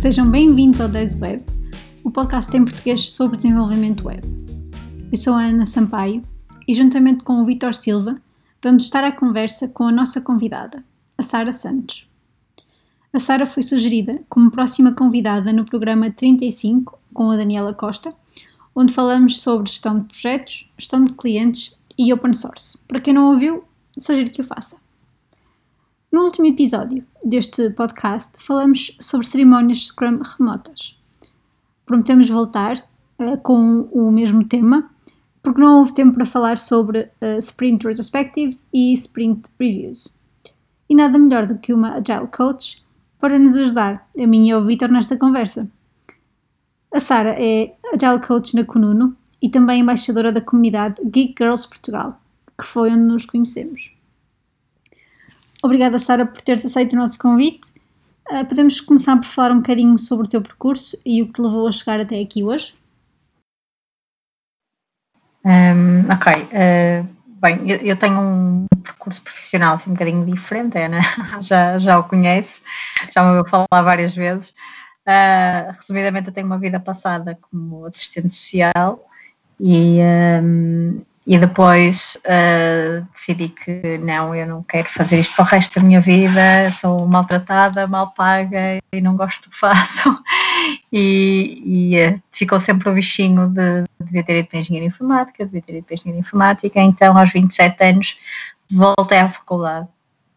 Sejam bem-vindos ao Days Web, o podcast em português sobre desenvolvimento web. Eu sou a Ana Sampaio e, juntamente com o Vítor Silva, vamos estar à conversa com a nossa convidada, a Sara Santos. A Sara foi sugerida como próxima convidada no programa 35 com a Daniela Costa, onde falamos sobre gestão de projetos, gestão de clientes e open source. Para quem não ouviu, sugiro que o faça. No último episódio deste podcast, falamos sobre cerimónias de Scrum remotas. Prometemos voltar com o mesmo tema, porque não houve tempo para falar sobre Sprint Retrospectives e Sprint Reviews. E nada melhor do que uma Agile Coach para nos ajudar, a mim e ao Vítor, nesta conversa. A Sara é Agile Coach na Kununu e também embaixadora da comunidade Geek Girls Portugal, que foi onde nos conhecemos. Obrigada, Sara, por teres aceito o nosso convite. Podemos começar por falar um bocadinho sobre o teu percurso e o que te levou a chegar até aqui hoje? Bem, eu tenho um percurso profissional assim, um bocadinho diferente, Ana, já o conhece, já me ouviu falar várias vezes. Resumidamente, eu tenho uma vida passada como assistente social e depois decidi que eu não quero fazer isto para o resto da minha vida, sou maltratada, mal paga e não gosto do que faço. E ficou sempre o bichinho de devia ter ido para engenharia informática, então aos 27 anos voltei à faculdade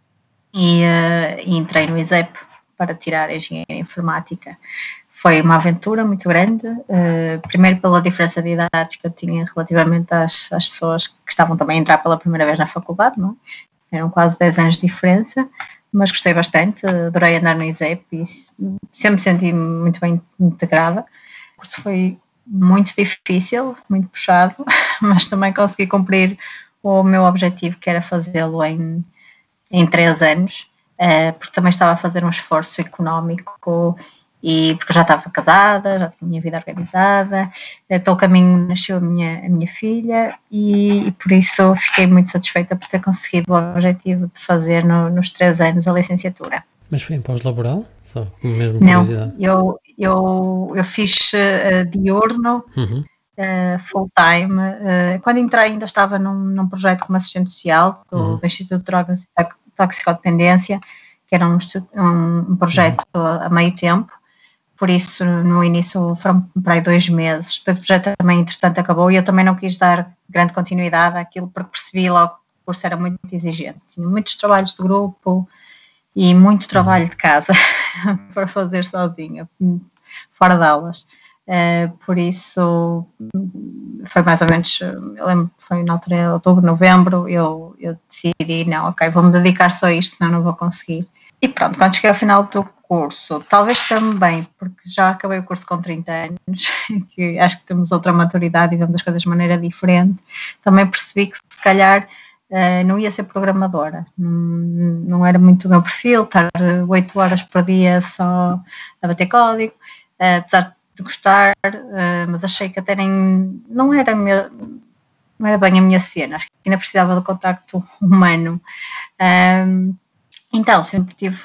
e entrei no ISEP para tirar a engenharia informática. Foi uma aventura muito grande, primeiro pela diferença de idades que eu tinha relativamente às pessoas que estavam também a entrar pela primeira vez na faculdade, não é? Eram quase 10 anos de diferença, mas gostei bastante, adorei andar no ISEP e sempre me senti muito bem integrada. O curso foi muito difícil, muito puxado, mas também consegui cumprir o meu objetivo, que era fazê-lo em 3 anos, porque também estava a fazer um esforço económico e porque eu já estava casada, já tinha a minha vida organizada, pelo caminho nasceu a minha filha e por isso fiquei muito satisfeita por ter conseguido o objetivo de fazer nos 3 anos a licenciatura. Mas foi em pós-laboral? Só mesmo curiosidade. Não, eu fiz diurno, full time. Quando entrei ainda estava num projeto como assistente social do Instituto de Drogas e Toxicodependência, que era um projeto a meio tempo. Por isso, no início foram para aí 2 meses, depois o projeto também, entretanto, acabou e eu também não quis dar grande continuidade àquilo porque percebi logo que o curso era muito exigente. Tinha muitos trabalhos de grupo e muito trabalho de casa para fazer sozinha, fora de aulas. Por isso, foi mais ou menos, eu lembro que foi na altura, outubro, novembro, eu decidi, vou-me dedicar só a isto, senão não vou conseguir. E pronto, quando cheguei ao final do curso, talvez também, porque já acabei o curso com 30 anos, que acho que temos outra maturidade e vemos as coisas de maneira diferente, também percebi que se calhar não ia ser programadora, não era muito o meu perfil, estar 8 horas por dia só a bater código, apesar de gostar, mas achei que até não era bem a minha cena, acho que ainda precisava do contacto humano. Então, sempre estive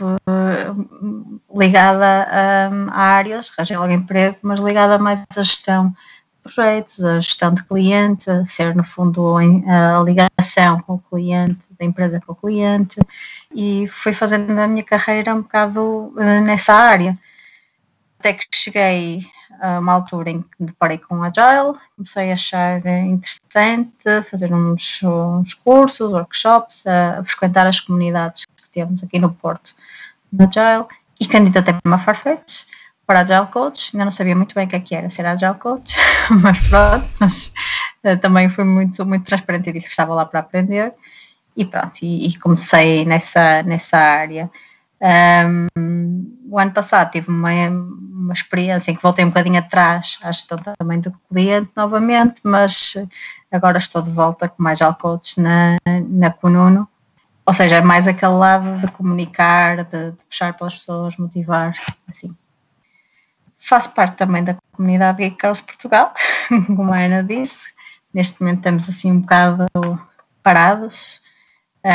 ligada a áreas, arranjei logo emprego, mas ligada mais à gestão de projetos, à gestão de cliente, a ser, no fundo, a ligação com o cliente, da empresa com o cliente, e fui fazendo a minha carreira um bocado nessa área. Até que cheguei a uma altura em que me deparei com o Agile, comecei a achar interessante fazer uns cursos, workshops, a frequentar as comunidades que temos aqui no Porto no Agile e candidatei-me a Farfetch para Agile Coach. Ainda não sabia muito bem o que era ser Agile Coach, mas pronto, também fui muito, muito transparente e disse que estava lá para aprender e pronto, e comecei nessa área. O ano passado tive uma experiência em que voltei um bocadinho atrás à gestão também do cliente novamente, mas agora estou de volta com mais Agile Coach na Kununu, ou seja, é mais aquele lado de comunicar, de puxar pelas pessoas, motivar, assim. Faço parte também da comunidade Geek Girls Portugal, como a Ana disse, neste momento estamos assim um bocado parados.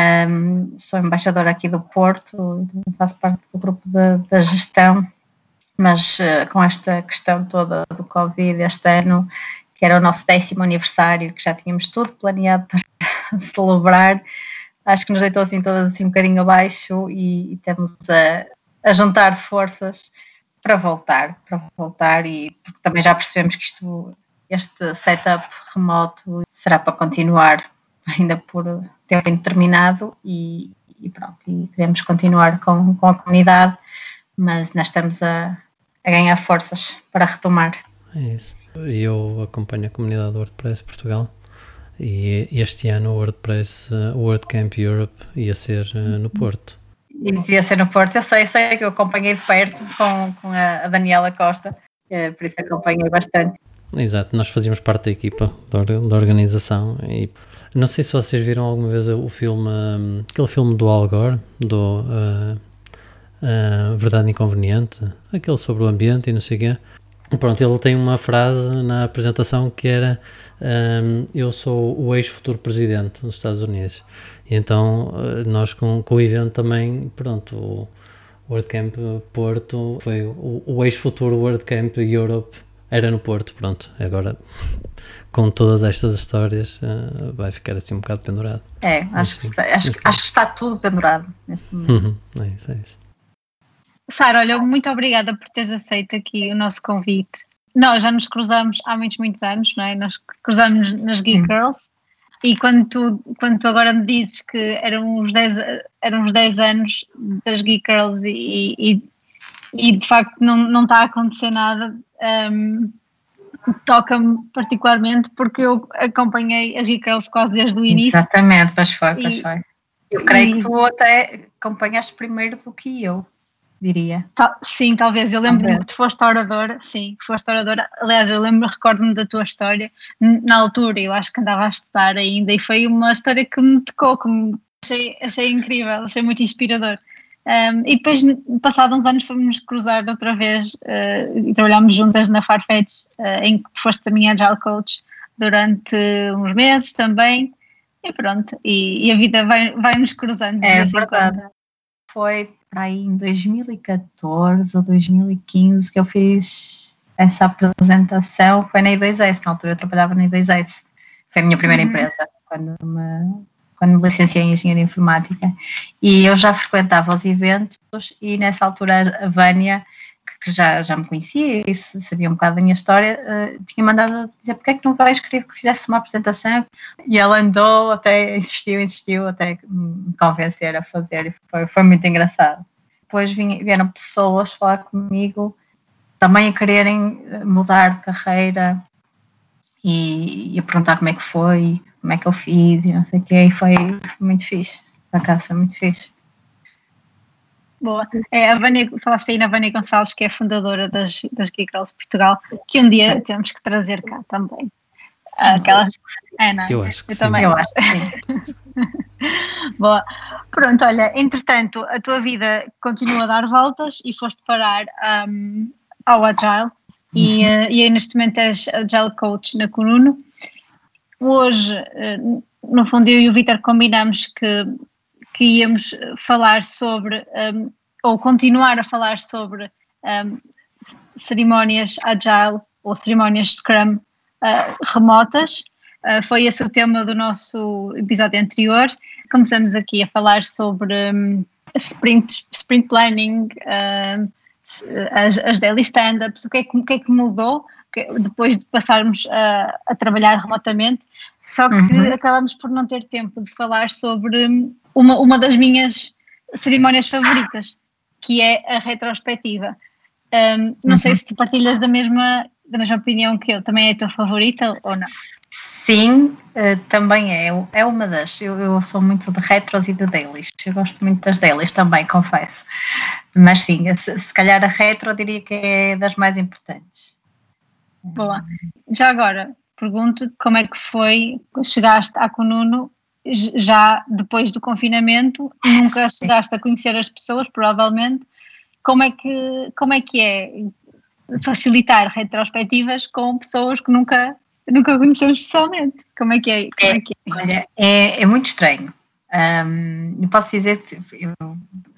Sou embaixadora aqui do Porto, faço parte do grupo da gestão mas com esta questão toda do Covid este ano, que era o nosso 10º aniversário, que já tínhamos tudo planeado para celebrar, acho que nos deitou assim todas assim um bocadinho abaixo e temos a juntar forças para voltar e porque também já percebemos que este setup remoto será para continuar ainda por tempo indeterminado e pronto, e queremos continuar com a comunidade, mas nós estamos a ganhar forças para retomar. É isso. Eu acompanho a comunidade WordPress Portugal e este ano o WordPress WordCamp Europe ia ser no Porto. Ia ser no Porto, eu sei que eu acompanhei de perto com a Daniela Costa, por isso acompanhei bastante. Exato, nós fazíamos parte da equipa da organização e não sei se vocês viram alguma vez o filme, aquele filme do Al Gore, do Verdade Inconveniente, aquele sobre o ambiente e não sei o quê. Pronto, ele tem uma frase na apresentação que era eu sou o ex-futuro presidente dos Estados Unidos. E então nós com o evento também, pronto, o WordCamp Porto foi o ex-futuro WordCamp Europe era no Porto, pronto, agora com todas estas histórias vai ficar assim um bocado pendurado. Acho que está tudo pendurado neste momento. É isso. Sara, olha, muito obrigada por teres aceito aqui o nosso convite. Nós já nos cruzamos há muitos anos, não é? Nós cruzamos nas Geek Girls e quando tu agora me dizes que eram uns 10 anos das Geek Girls e de facto não está a acontecer nada, toca-me particularmente porque eu acompanhei as Geek Girls quase desde o início. Exatamente, pois foi. Eu creio que tu até acompanhaste primeiro do que eu, diria. Sim, talvez. Eu lembro-me que tu foste oradora. Aliás, recordo-me da tua história. Na altura, eu acho que andava a estudar ainda e foi uma história que me tocou, achei incrível, achei muito inspirador. E depois, passados uns anos, fomos cruzar outra vez e trabalhámos juntas na Farfetch, em que foste a minha Agile Coach durante uns meses também. E pronto, e a vida vai-nos cruzando. É verdade. Foi para aí em 2014 ou 2015 que eu fiz essa apresentação, foi na I2S, na altura eu trabalhava na I2S, foi a minha primeira empresa, quando me licenciei em Engenharia Informática, e eu já frequentava os eventos e nessa altura a Vânia, que já me conhecia e sabia um bocado da minha história, tinha mandado dizer porque é que não vais querer que fizesse uma apresentação, e ela andou, até insistiu até me convencer a fazer, e foi muito engraçado. Depois vieram pessoas falar comigo também a quererem mudar de carreira e a perguntar como é que foi, como é que eu fiz e não sei o quê, e foi muito fixe, por acaso foi muito fixe. Boa. A Vânia, falaste aí na Vânia Gonçalves, que é a fundadora das Geek Girls Portugal, que um dia temos que trazer cá também. Eu acho que sim. Também acho. Boa. Pronto, olha, entretanto, a tua vida continua a dar voltas e foste parar ao Agile e aí neste momento és Agile Coach na Kununu. Hoje, no fundo, eu e o Vítor combinamos que íamos falar sobre, ou continuar a falar sobre cerimónias Agile ou cerimónias Scrum remotas. Foi esse o tema do nosso episódio anterior. Começamos aqui a falar sobre sprint planning, as daily stand-ups, o que é que mudou depois de passarmos a trabalhar remotamente. Só que acabamos por não ter tempo de falar sobre uma das minhas cerimónias favoritas, que é a retrospectiva. Não sei se tu partilhas da mesma opinião que eu. Também é a tua favorita ou não? Sim, também é uma das. Eu sou muito de retros e de dailies. Eu gosto muito das dailies também, confesso. Mas sim, se calhar a retro eu diria que é das mais importantes. Boa. Já agora, pergunto como é que foi, chegaste à Kununu já depois do confinamento, nunca chegaste a conhecer as pessoas, provavelmente. Como é que é facilitar retrospectivas com pessoas que nunca conhecemos pessoalmente? Como é que é? Olha, é muito estranho. Eu posso dizer que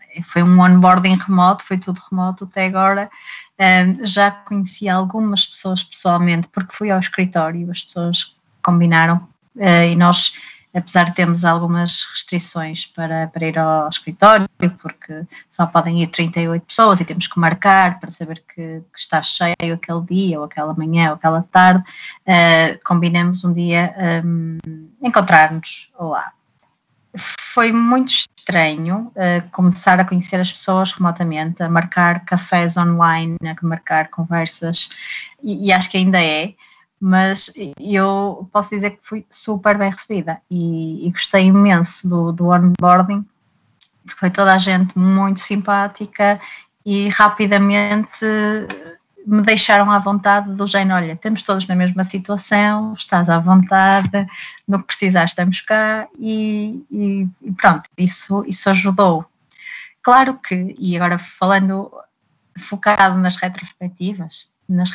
foi um onboarding remoto, foi tudo remoto até agora. Já conheci algumas pessoas pessoalmente, porque fui ao escritório, as pessoas combinaram, e nós, apesar de termos algumas restrições para ir ao escritório, porque só podem ir 38 pessoas e temos que marcar para saber que está cheio aquele dia, ou aquela manhã, ou aquela tarde, combinamos um dia encontrar-nos lá. Foi muito estranho começar a conhecer as pessoas remotamente, a marcar cafés online, a marcar conversas, e acho que ainda é, mas eu posso dizer que fui super bem recebida e gostei imenso do onboarding, porque foi toda a gente muito simpática e rapidamente me deixaram à vontade do género, olha, estamos todos na mesma situação, estás à vontade, no que precisares estamos cá e pronto, isso ajudou. Claro que, e agora falando focado nas retrospectivas,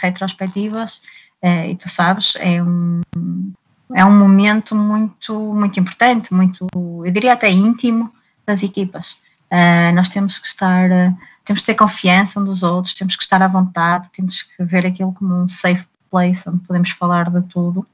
e tu sabes, é um momento muito importante, eu diria até íntimo das equipas. Nós temos que ter confiança uns dos outros, temos que estar à vontade, temos que ver aquilo como um safe place onde podemos falar de tudo.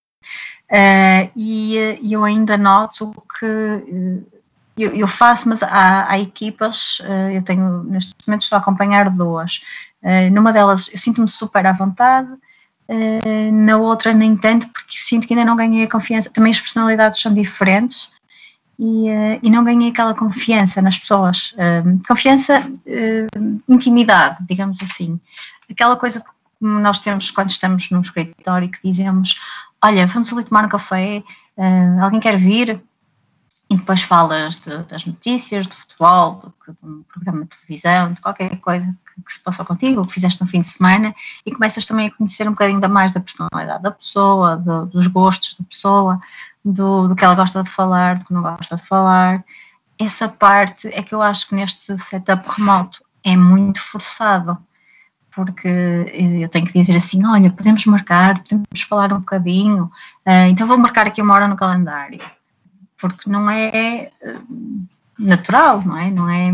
E eu ainda noto que eu faço, mas há equipas, eu tenho, neste momento estou a acompanhar 2. Numa delas eu sinto-me super à vontade, na outra nem tanto, porque sinto que ainda não ganhei a confiança. Também as personalidades são diferentes e não ganhei aquela confiança nas pessoas. Confiança, intimidade, digamos assim. Aquela coisa que nós temos quando estamos num escritório, que dizemos, olha, vamos ali tomar um café, alguém quer vir? E depois falas das notícias, do futebol, de um programa de televisão, de qualquer coisa que se passou contigo, o que fizeste no fim de semana, e começas também a conhecer um bocadinho mais da personalidade da pessoa, dos gostos da pessoa, do que ela gosta de falar, do que não gosta de falar. Essa parte é que eu acho que neste setup remoto é muito forçado, porque eu tenho que dizer assim, olha, podemos falar um bocadinho, então vou marcar aqui uma hora no calendário, porque não é natural, não é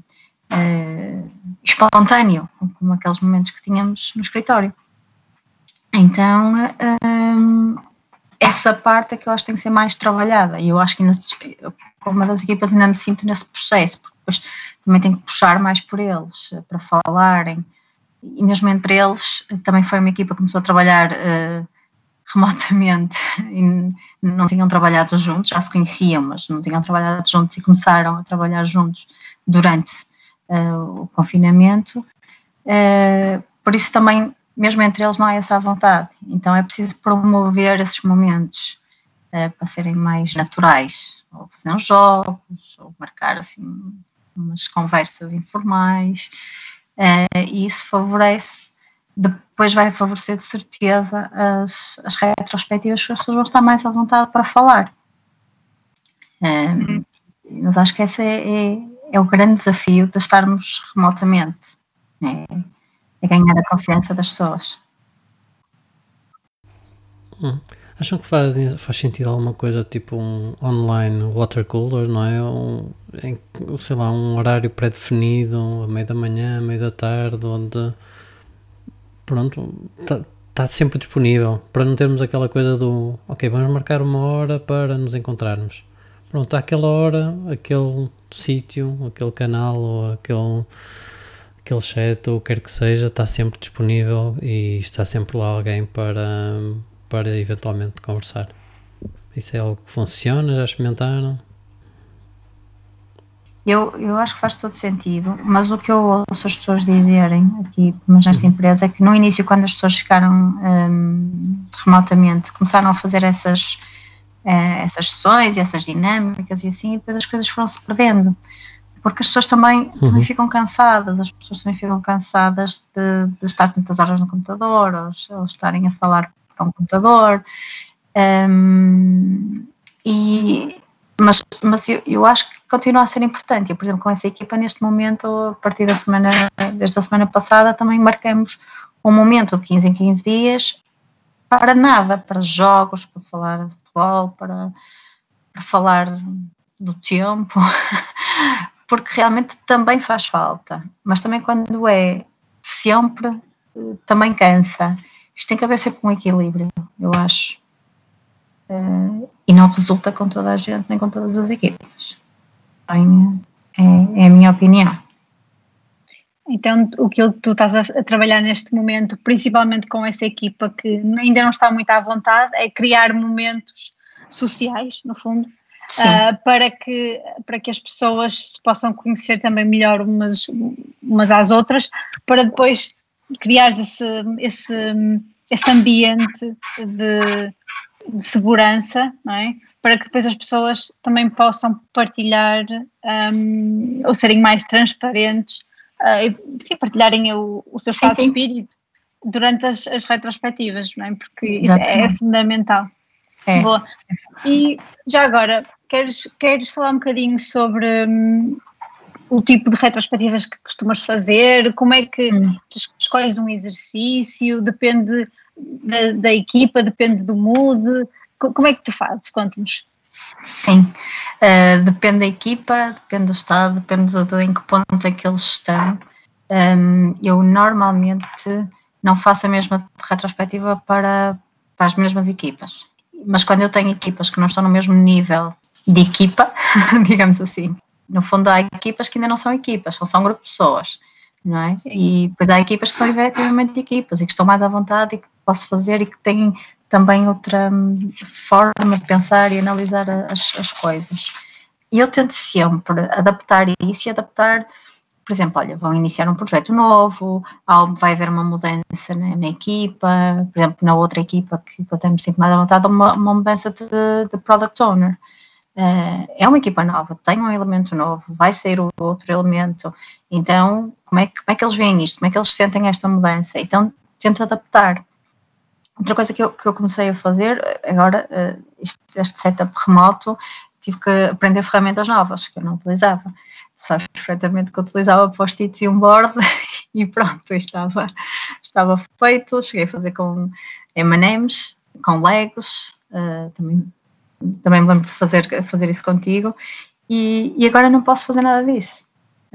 espontâneo, como aqueles momentos que tínhamos no escritório. Então, essa parte é que eu acho que tem que ser mais trabalhada, e eu acho que ainda, como uma das equipas, ainda me sinto nesse processo, porque depois também tenho que puxar mais por eles, para falarem, e mesmo entre eles, também foi uma equipa que começou a trabalhar remotamente e não tinham trabalhado juntos, já se conheciam, mas não tinham trabalhado juntos e começaram a trabalhar juntos durante o confinamento, por isso também, mesmo entre eles, não há essa vontade, então é preciso promover esses momentos para serem mais naturais, ou fazer uns jogos, ou marcar assim umas conversas informais, e isso depois vai favorecer de certeza as retrospectivas, que as pessoas vão estar mais à vontade para falar. Mas acho que esse é o grande desafio de estarmos remotamente, é ganhar a confiança das pessoas. Acham que faz sentido alguma coisa tipo um online water cooler, não é? Sei lá, um horário pré-definido, a meio da manhã, a meio da tarde, onde pronto, está sempre disponível, para não termos aquela coisa do ok, vamos marcar uma hora para nos encontrarmos. Pronto, àquela hora, aquele sítio, aquele canal ou aquele chat ou o que quer que seja, está sempre disponível e está sempre lá alguém para eventualmente conversar. Isso é algo que funciona? Já experimentaram? Eu acho que faz todo sentido, mas o que eu ouço as pessoas dizerem aqui, mas nesta empresa, é que no início, quando as pessoas ficaram remotamente, começaram a fazer essas sessões e essas dinâmicas e assim, e depois as coisas foram-se perdendo, porque as pessoas também ficam cansadas, de estar tantas horas no computador, ou estarem a falar para um computador, mas eu acho que continua a ser importante. Eu, por exemplo, com essa equipa, neste momento, a partir desde a semana passada, também marcamos um momento de 15 em 15 dias para nada, para jogos, para falar de futebol, para falar do tempo, porque realmente também faz falta, mas também quando é sempre, também cansa. Isto tem que haver sempre um equilíbrio, eu acho. E não resulta com toda a gente, nem com todas as equipas. É a minha opinião. Então, o que tu estás a trabalhar neste momento, principalmente com essa equipa que ainda não está muito à vontade, é criar momentos sociais, no fundo, para que as pessoas se possam conhecer também melhor umas às outras, para depois criar esse ambiente de segurança, não é? Para que depois as pessoas também possam partilhar ou serem mais transparentes, sim, partilharem o seu estado de espírito durante as retrospectivas, não é? Porque isso é fundamental. Boa. E já agora, queres falar um bocadinho sobre o tipo de retrospectivas que costumas fazer? Como é que tu escolhes um exercício? Depende da equipa, depende do mood? Como é que tu fazes? Conta-nos. Sim, depende da equipa, depende do estado, depende em que ponto é que eles estão. Eu normalmente não faço a mesma retrospectiva para as mesmas equipas, mas quando eu tenho equipas que não estão no mesmo nível de equipa, digamos assim, no fundo há equipas que ainda não são equipas, são um grupo de pessoas, não é? Sim. E depois há equipas que são efetivamente equipas e que estão mais à vontade e que posso fazer e que têm também outra forma de pensar e analisar as coisas. E eu tento sempre adaptar isso e adaptar, por exemplo, olha, vão iniciar um projeto novo, vai haver uma mudança na equipa, por exemplo, na outra equipa que eu tenho me sinto mais à vontade, uma mudança de product owner. É uma equipa nova, tem um elemento novo, vai sair outro elemento, então como é que eles veem isto, como é que eles sentem esta mudança? Então tento adaptar. Outra coisa que eu comecei a fazer agora, este setup remoto, tive que aprender ferramentas novas que eu não utilizava. Sabes perfeitamente que eu utilizava post-its e um board e pronto, estava feito. Cheguei a fazer com M&M's, com Legos, também me lembro de fazer isso contigo e agora não posso fazer nada disso.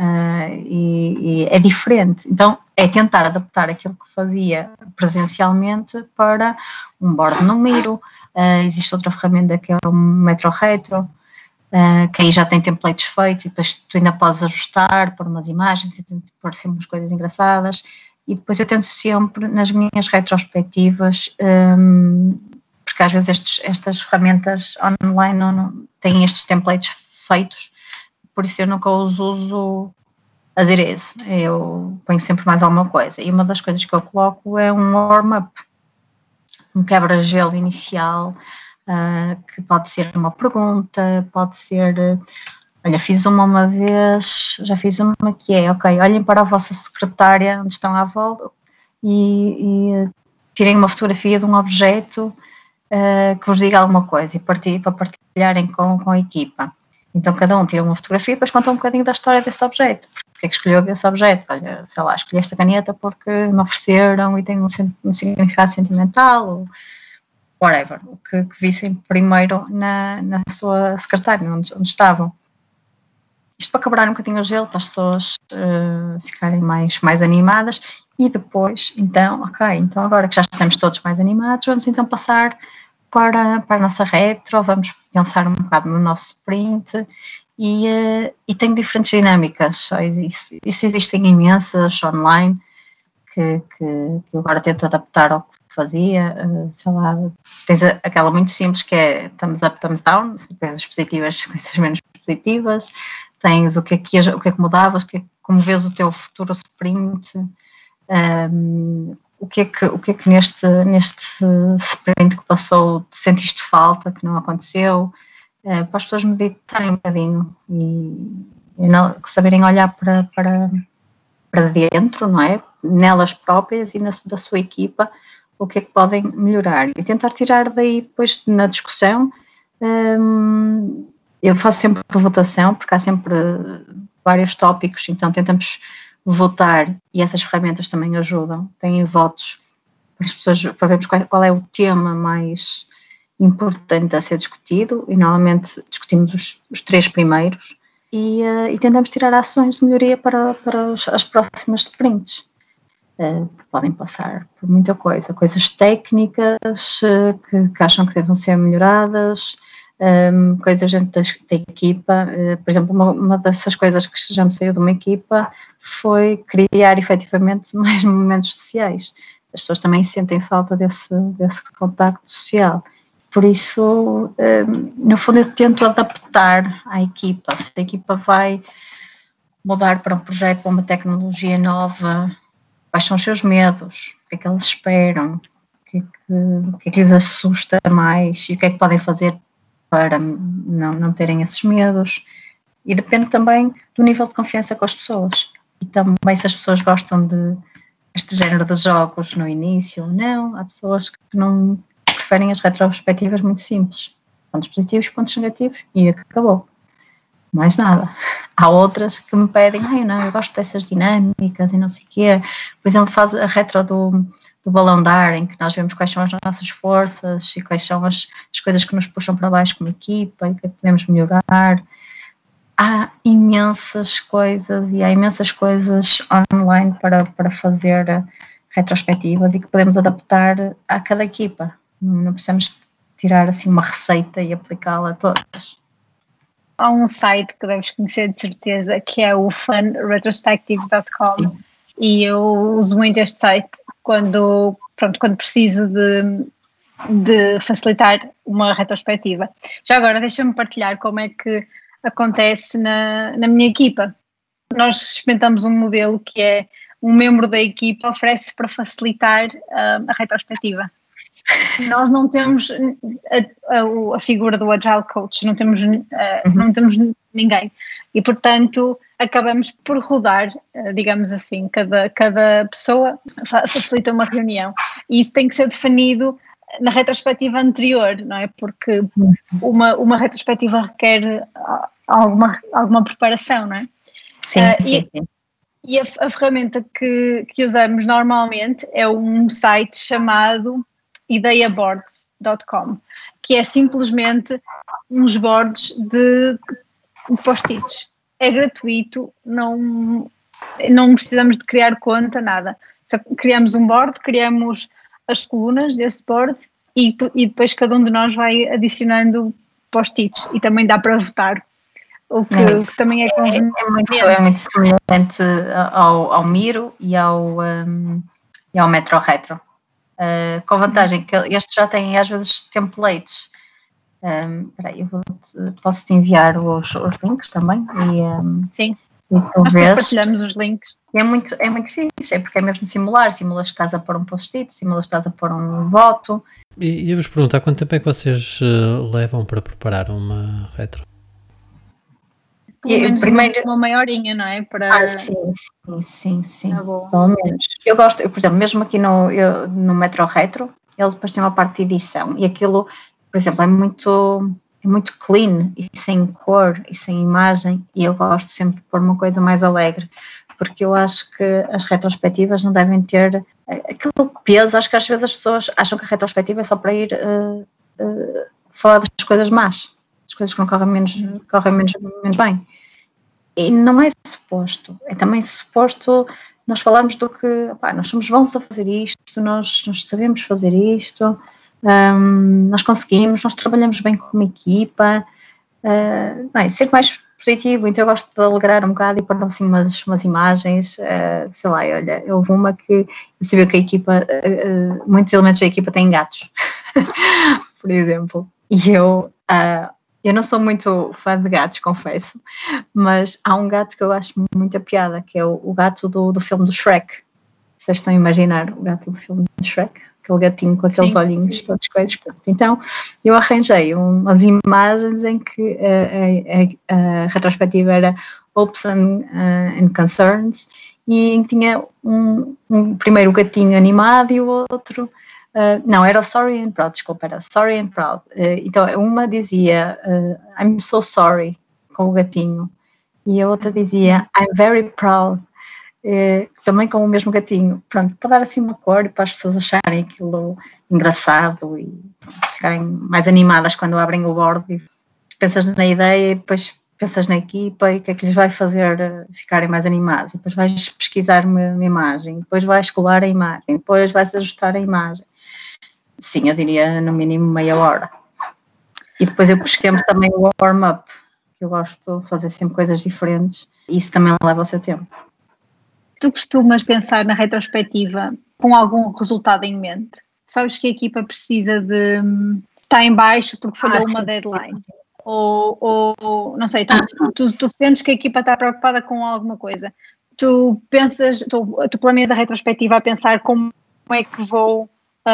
E é diferente, então é tentar adaptar aquilo que fazia presencialmente para um board no Miro. Existe outra ferramenta que é o Metro Retro, que aí já tem templates feitos e depois tu ainda podes ajustar, pôr umas imagens e pôr sempre umas coisas engraçadas. E depois eu tento sempre nas minhas retrospectivas, porque às vezes estas ferramentas online não têm estes templates feitos, por isso eu nunca os uso a zerez, eu ponho sempre mais alguma coisa. E uma das coisas que eu coloco é um warm-up, um quebra-gelo inicial, que pode ser uma pergunta, pode ser, olha, fiz uma vez, já fiz uma que é, ok, olhem para a vossa secretária onde estão à volta e tirem uma fotografia de um objeto que vos diga alguma coisa e para partilharem com a equipa. Então cada um tira uma fotografia e depois conta um bocadinho da história desse objeto. Porque é que escolheu esse objeto? Olha, sei lá, escolhi esta caneta porque me ofereceram e tem um significado sentimental ou whatever. O que vissem primeiro na sua secretária, onde estavam. Isto para quebrar um bocadinho o gelo, para as pessoas ficarem mais animadas e depois, então, ok, então agora que já estamos todos mais animados, vamos então passar para a nossa retro, vamos pensar um bocado no nosso sprint e tem diferentes dinâmicas, isso existem imensas online que eu agora tento adaptar ao que fazia, sei lá, tens aquela muito simples que é thumbs up, thumbs down, coisas positivas, coisas menos positivas, tens o que é que mudavas, como vês o teu futuro sprint, o que é que neste sprint que passou te sentiste falta, que não aconteceu, para as pessoas meditarem um bocadinho e saberem olhar para dentro, não é? Nelas próprias e da sua equipa, o que é que podem melhorar e tentar tirar daí depois na discussão. Eu faço sempre votação, porque há sempre vários tópicos, então tentamos votar e essas ferramentas também ajudam, têm votos para as pessoas, para vermos qual é o tema mais importante a ser discutido e normalmente discutimos os 3 primeiros e tentamos tirar ações de melhoria para as próximas sprints. Podem passar por muita coisa, coisas técnicas que acham que devem ser melhoradas, coisas dentro da equipa. Por exemplo, uma dessas coisas que já me saiu de uma equipa foi criar efetivamente mais momentos sociais. As pessoas também sentem falta desse contacto social. Por isso, no fundo, eu tento adaptar à equipa. Se a equipa vai mudar para um projeto, para uma tecnologia nova, quais são os seus medos, o que é que eles esperam, o que é que lhes assusta mais e o que é que podem fazer para não terem esses medos. E depende também do nível de confiança com as pessoas. E também se as pessoas gostam de este género de jogos no início ou não. Há pessoas que não preferem as retrospectivas muito simples. Pontos positivos, pontos negativos e acabou. Mais nada. Há outras que me pedem, eu gosto dessas dinâmicas e não sei o quê. Por exemplo, faz a retro do balão de ar, em que nós vemos quais são as nossas forças e quais são as coisas que nos puxam para baixo como equipa e o que é que podemos melhorar. Há imensas coisas e há imensas coisas online para fazer retrospectivas e que podemos adaptar a cada equipa. Não precisamos tirar assim uma receita e aplicá-la a todas. Há um site que deves conhecer de certeza, que é o funretrospectives.com, e eu uso muito este site quando preciso de facilitar uma retrospectiva. Já agora, deixa-me partilhar como é que acontece na minha equipa. Nós experimentamos um modelo que é um membro da equipa oferece para facilitar a retrospectiva. Nós não temos a figura do Agile Coach, não temos ninguém e, portanto, acabamos por rodar, digamos assim, cada pessoa facilita uma reunião e isso tem que ser definido na retrospectiva anterior, não é? Porque uma retrospectiva requer alguma preparação, não é? Sim, sim. E a ferramenta que usamos normalmente é um site chamado ideiaboards.com, que é simplesmente uns boards de post-its. É gratuito, não precisamos de criar conta, nada. Só criamos um board, criamos as colunas desse board e depois cada um de nós vai adicionando post-its e também dá para votar, o que também é conveniente. É muito semelhante ao Miro e ao Metro Retro. Com vantagem que estes já têm às vezes templates. Posso-te enviar os links também? Sim, nós partilhamos os links. É muito fixe, porque é mesmo simulas que estás a pôr um post-it, simulas que estás a pôr um voto. E eu vos perguntar, quanto tempo é que vocês levam para preparar uma retro? Pelo menos uma meia horinha, não é? Sim. Pelo menos. Eu gosto, por exemplo, mesmo aqui no Metro Retro, eles depois têm uma parte de edição e aquilo, por exemplo, é muito clean e sem cor e sem imagem e eu gosto sempre de pôr uma coisa mais alegre, porque eu acho que as retrospectivas não devem ter aquele peso. Acho que às vezes as pessoas acham que a retrospectiva é só para ir falar das coisas más, das coisas que não correm menos bem. E não é suposto, é também suposto nós falarmos do que nós somos bons a fazer isto, nós sabemos fazer isto, nós conseguimos, nós trabalhamos bem como equipa, ser mais positivo. Então eu gosto de alegrar um bocado e pôr assim umas imagens, sei lá, olha, houve uma que eu sabia que a equipa, muitos elementos da equipa têm gatos, por exemplo, e eu não sou muito fã de gatos, confesso, mas há um gato que eu acho muita piada, que é o gato do filme do Shrek. Vocês estão a imaginar o gato do filme do Shrek? Aquele gatinho com aqueles olhinhos todos coisas. Então, eu arranjei umas imagens em que a retrospectiva era Hopes and Concerns e em que tinha um primeiro gatinho animado e o outro... não, era Sorry and Proud, desculpa, era Sorry and Proud. Então, uma dizia I'm so sorry, com o gatinho, e a outra dizia I'm very proud, também com o mesmo gatinho. Pronto, para dar assim uma cor e para as pessoas acharem aquilo engraçado e ficarem mais animadas quando abrem o board e pensas na ideia e depois pensas na equipa e o que é que lhes vai fazer ficarem mais animados. Depois vais pesquisar uma imagem, depois vais colar a imagem, depois vais ajustar a imagem. Sim, eu diria no mínimo meia hora. E depois eu puxo sempre também o warm-up, que eu gosto de fazer sempre coisas diferentes e isso também leva o seu tempo. Tu costumas pensar na retrospectiva com algum resultado em mente? Sabes que a equipa precisa de estar em baixo porque falhou uma deadline? Sim. Ou não sei, tu sentes que a equipa está preocupada com alguma coisa? Tu pensas, tu planeias a retrospectiva a pensar como é que vou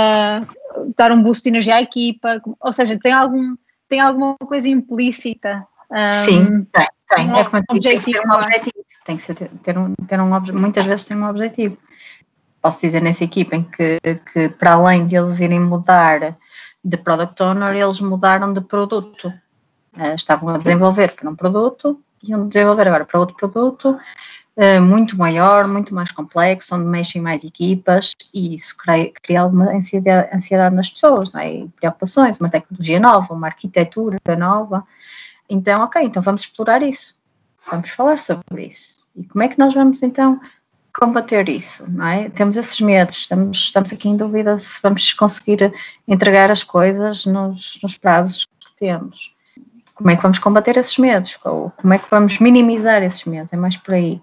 dar um boost de energia à equipa? Ou seja, tem alguma coisa implícita? Sim, tem. É como eu digo, tem que ter um objetivo. Tem que ter um objetivo. Muitas vezes tem um objetivo. Posso dizer nessa equipa em que para além de eles irem mudar de Product Owner, eles mudaram de produto. Estavam a desenvolver para um produto e iam desenvolver agora para outro produto muito maior, muito mais complexo, onde mexem mais equipas e isso cria alguma ansiedade nas pessoas, não é? E preocupações, uma tecnologia nova, uma arquitetura nova. Então, então vamos explorar isso, vamos falar sobre isso. E como é que nós vamos então combater isso, não é? Temos esses medos, estamos aqui em dúvida se vamos conseguir entregar as coisas nos prazos que temos. Como é que vamos combater esses medos? Ou como é que vamos minimizar esses medos? É mais por aí.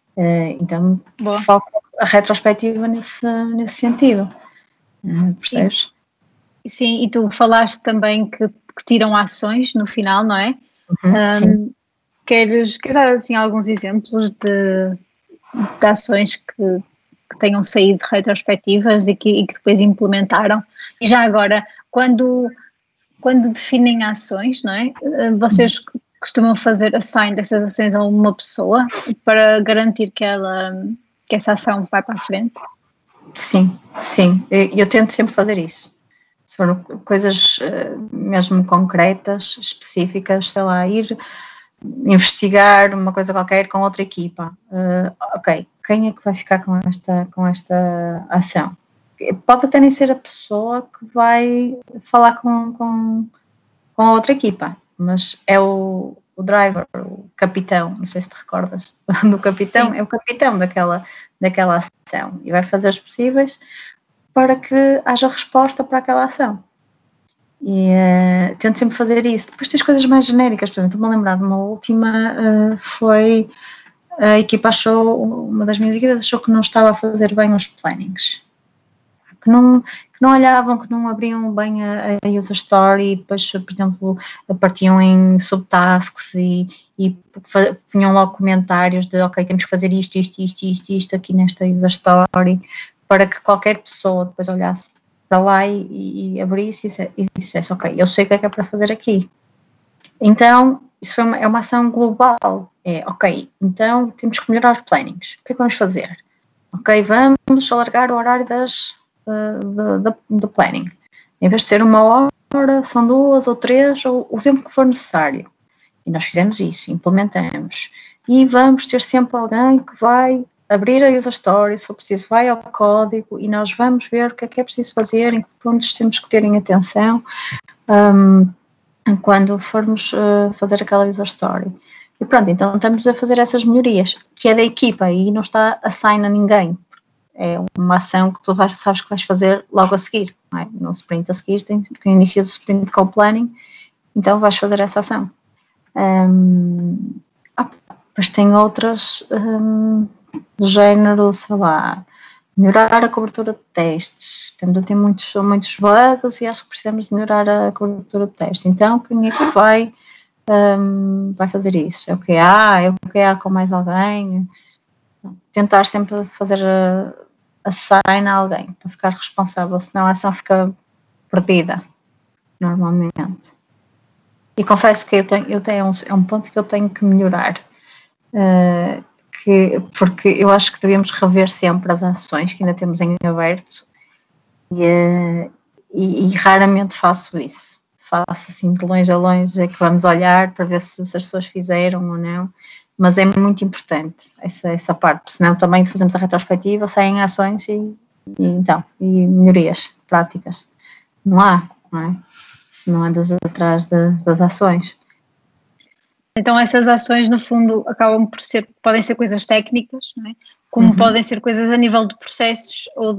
Então, foco a retrospectiva nesse sentido. Percebes? Sim, e tu falaste também que tiram ações no final, não é? Sim. Queres dar assim, alguns exemplos de ações que tenham saído retrospectivas e que depois implementaram? E já agora, quando definem ações, não é? Vocês costumam fazer assign dessas ações a uma pessoa para garantir que essa ação vai para a frente? Sim. Eu tento sempre fazer isso. Se foram coisas mesmo concretas, específicas, sei lá, ir investigar uma coisa qualquer com outra equipa. Quem é que vai ficar com esta ação? Pode até nem ser a pessoa que vai falar com a outra equipa, mas é o driver, o capitão, não sei se te recordas do capitão. Sim. É o capitão daquela ação e vai fazer os possíveis para que haja resposta para aquela ação. E tento sempre fazer isso. Depois tens coisas mais genéricas, por exemplo, estou-me a lembrar de uma última, foi a equipa uma das minhas equipas achou que não estava a fazer bem os plannings, que não olhavam, que não abriam bem a user story, e depois, por exemplo, partiam em subtasks e punham logo comentários de temos que fazer isto aqui nesta user story, para que qualquer pessoa depois olhasse para lá e abrisse e dissesse, eu sei o que é para fazer aqui. Então, isso é uma ação global. Então temos que melhorar os plannings. O que é que vamos fazer? Vamos alargar o horário do planning. Em vez de ser 1 hora, são 2 ou 3, ou o tempo que for necessário. E nós fizemos isso, implementamos. E vamos ter sempre alguém que vai abrir a user story, se for preciso vai ao código e nós vamos ver o que é preciso fazer, em que pontos temos que terem atenção quando formos fazer aquela user story. E pronto, então estamos a fazer essas melhorias, que é da equipa e não está assign a ninguém. É uma ação que tu sabes que vais fazer logo a seguir, não é? No sprint a seguir, no início do sprint com o planning, então vais fazer essa ação. Depois tem outras do género, sei lá, melhorar a cobertura de testes. Temos a ter muitos bugs e acho que precisamos de melhorar a cobertura de testes. Então, quem é que vai fazer isso? É o QA com mais alguém? Tentar sempre fazer assign a alguém para ficar responsável, senão a ação fica perdida, normalmente. E confesso que eu tenho um ponto que eu tenho que melhorar, porque eu acho que devemos rever sempre as ações que ainda temos em aberto e raramente faço isso. Faço assim de longe a longe, é que vamos olhar para ver se as pessoas fizeram ou não, mas é muito importante essa parte, porque senão também fazemos a retrospectiva, saem ações e melhorias práticas. Não é? Se não andas atrás das ações. Então essas ações, no fundo, acabam por podem ser coisas técnicas, não é? Como podem ser coisas a nível de processos ou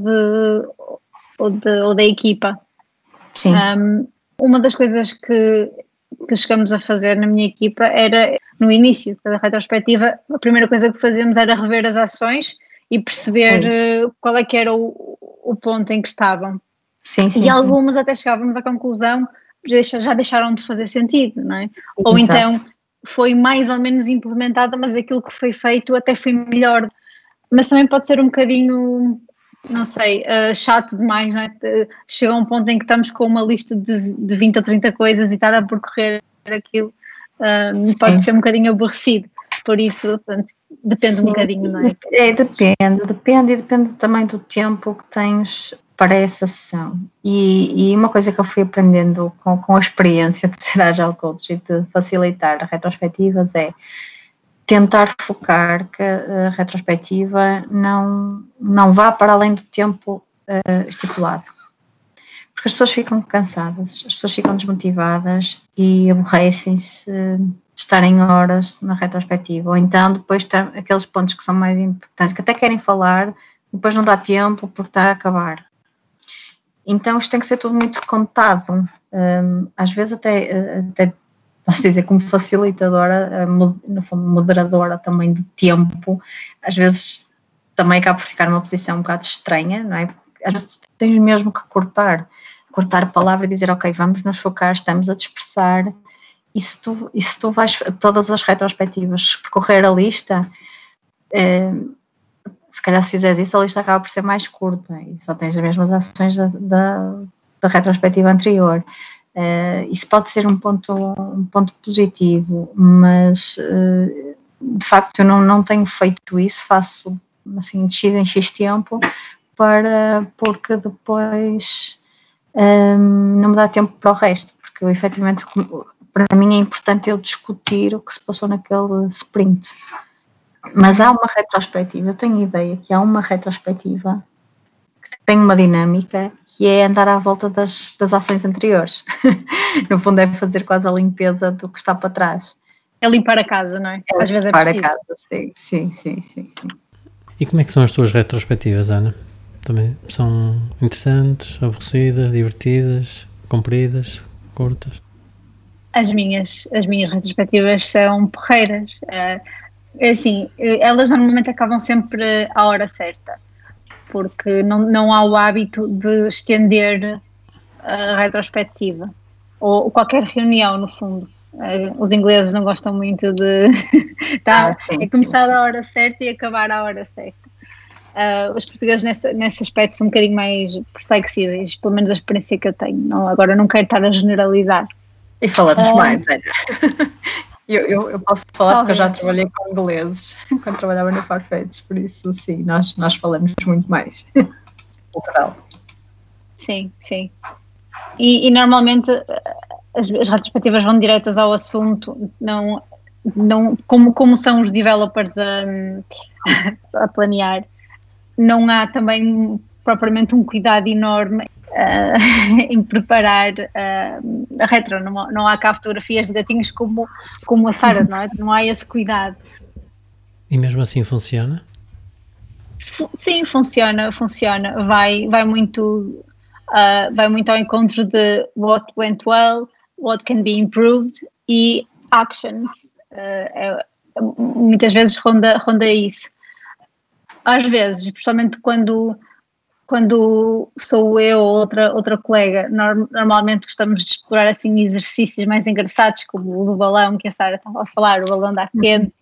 da equipa. Sim. Uma das coisas que chegamos a fazer na minha equipa era, no início da retrospectiva, a primeira coisa que fazíamos era rever as ações e perceber qual é que era o ponto em que estavam. Sim, e algumas até chegávamos à conclusão já deixaram de fazer sentido, não é? Ou então foi mais ou menos implementada, mas aquilo que foi feito até foi melhor. Mas também pode ser um bocadinho, não sei, chato demais, não é? Chega a um ponto em que estamos com uma lista de 20 ou 30 coisas e estar a percorrer aquilo pode ser um bocadinho aborrecido. Por isso, portanto, depende um bocadinho, não é? Depende também do tempo que tens para essa sessão. E uma coisa que eu fui aprendendo com a experiência de ser Agile Coach e de facilitar retrospectivas é tentar focar que a retrospectiva não vá para além do tempo estipulado. Porque as pessoas ficam cansadas, as pessoas ficam desmotivadas e aborrecem-se de estarem horas na retrospectiva. Ou então depois tem aqueles pontos que são mais importantes, que até querem falar, depois não dá tempo porque está a acabar. Então isto tem que ser tudo muito contado. Às vezes até posso dizer, como facilitadora, no fundo moderadora também de tempo, às vezes também acaba por ficar numa posição um bocado estranha, não é? Porque às vezes tens mesmo que cortar a palavra e dizer, ok, vamos nos focar, estamos a dispersar, e se tu vais todas as retrospectivas percorrer a lista, se calhar se fizeres isso, a lista acaba por ser mais curta e só tens as mesmas ações da retrospectiva anterior. Isso pode ser um ponto positivo, mas de facto eu não tenho feito isso, faço assim de X em X tempo, porque depois não me dá tempo para o resto, porque efetivamente para mim é importante eu discutir o que se passou naquele sprint. Mas há uma retrospectiva, eu tenho ideia que há uma retrospectiva que tem uma dinâmica que é andar à volta das ações anteriores. No fundo é fazer quase a limpeza do que está para trás. É limpar a casa, não é? Às vezes é preciso. Limpar a casa, sim. E como é que são as tuas retrospectivas, Ana? Também são interessantes, aborrecidas, divertidas, compridas, curtas? As minhas retrospectivas são porreiras. Assim, elas normalmente acabam sempre à hora certa, porque não há o hábito de estender a retrospectiva, ou qualquer reunião, no fundo. Os ingleses não gostam muito de começar à hora certa e acabar à hora certa. Os portugueses nesse aspecto são um bocadinho mais flexíveis, pelo menos a experiência que eu tenho. Agora não quero estar a generalizar. E falamos mais, Ana. Eu posso falar porque eu já trabalhei com ingleses quando trabalhava no Farfetch, por isso sim, nós falamos muito mais. Cultural. Sim. E normalmente as retrospectivas vão diretas ao assunto, não como são os developers a planear, não há também propriamente um cuidado enorme em preparar a retro, não há cá fotografias de gatinhos como a Sara, não é? Não há esse cuidado. E mesmo assim funciona? Sim, funciona, vai muito ao encontro de what went well, what can be improved e actions, muitas vezes ronda isso. Às vezes, especialmente quando sou eu ou outra colega, normalmente gostamos de explorar assim exercícios mais engraçados, como o do balão que a Sara estava a falar, o balão da quente,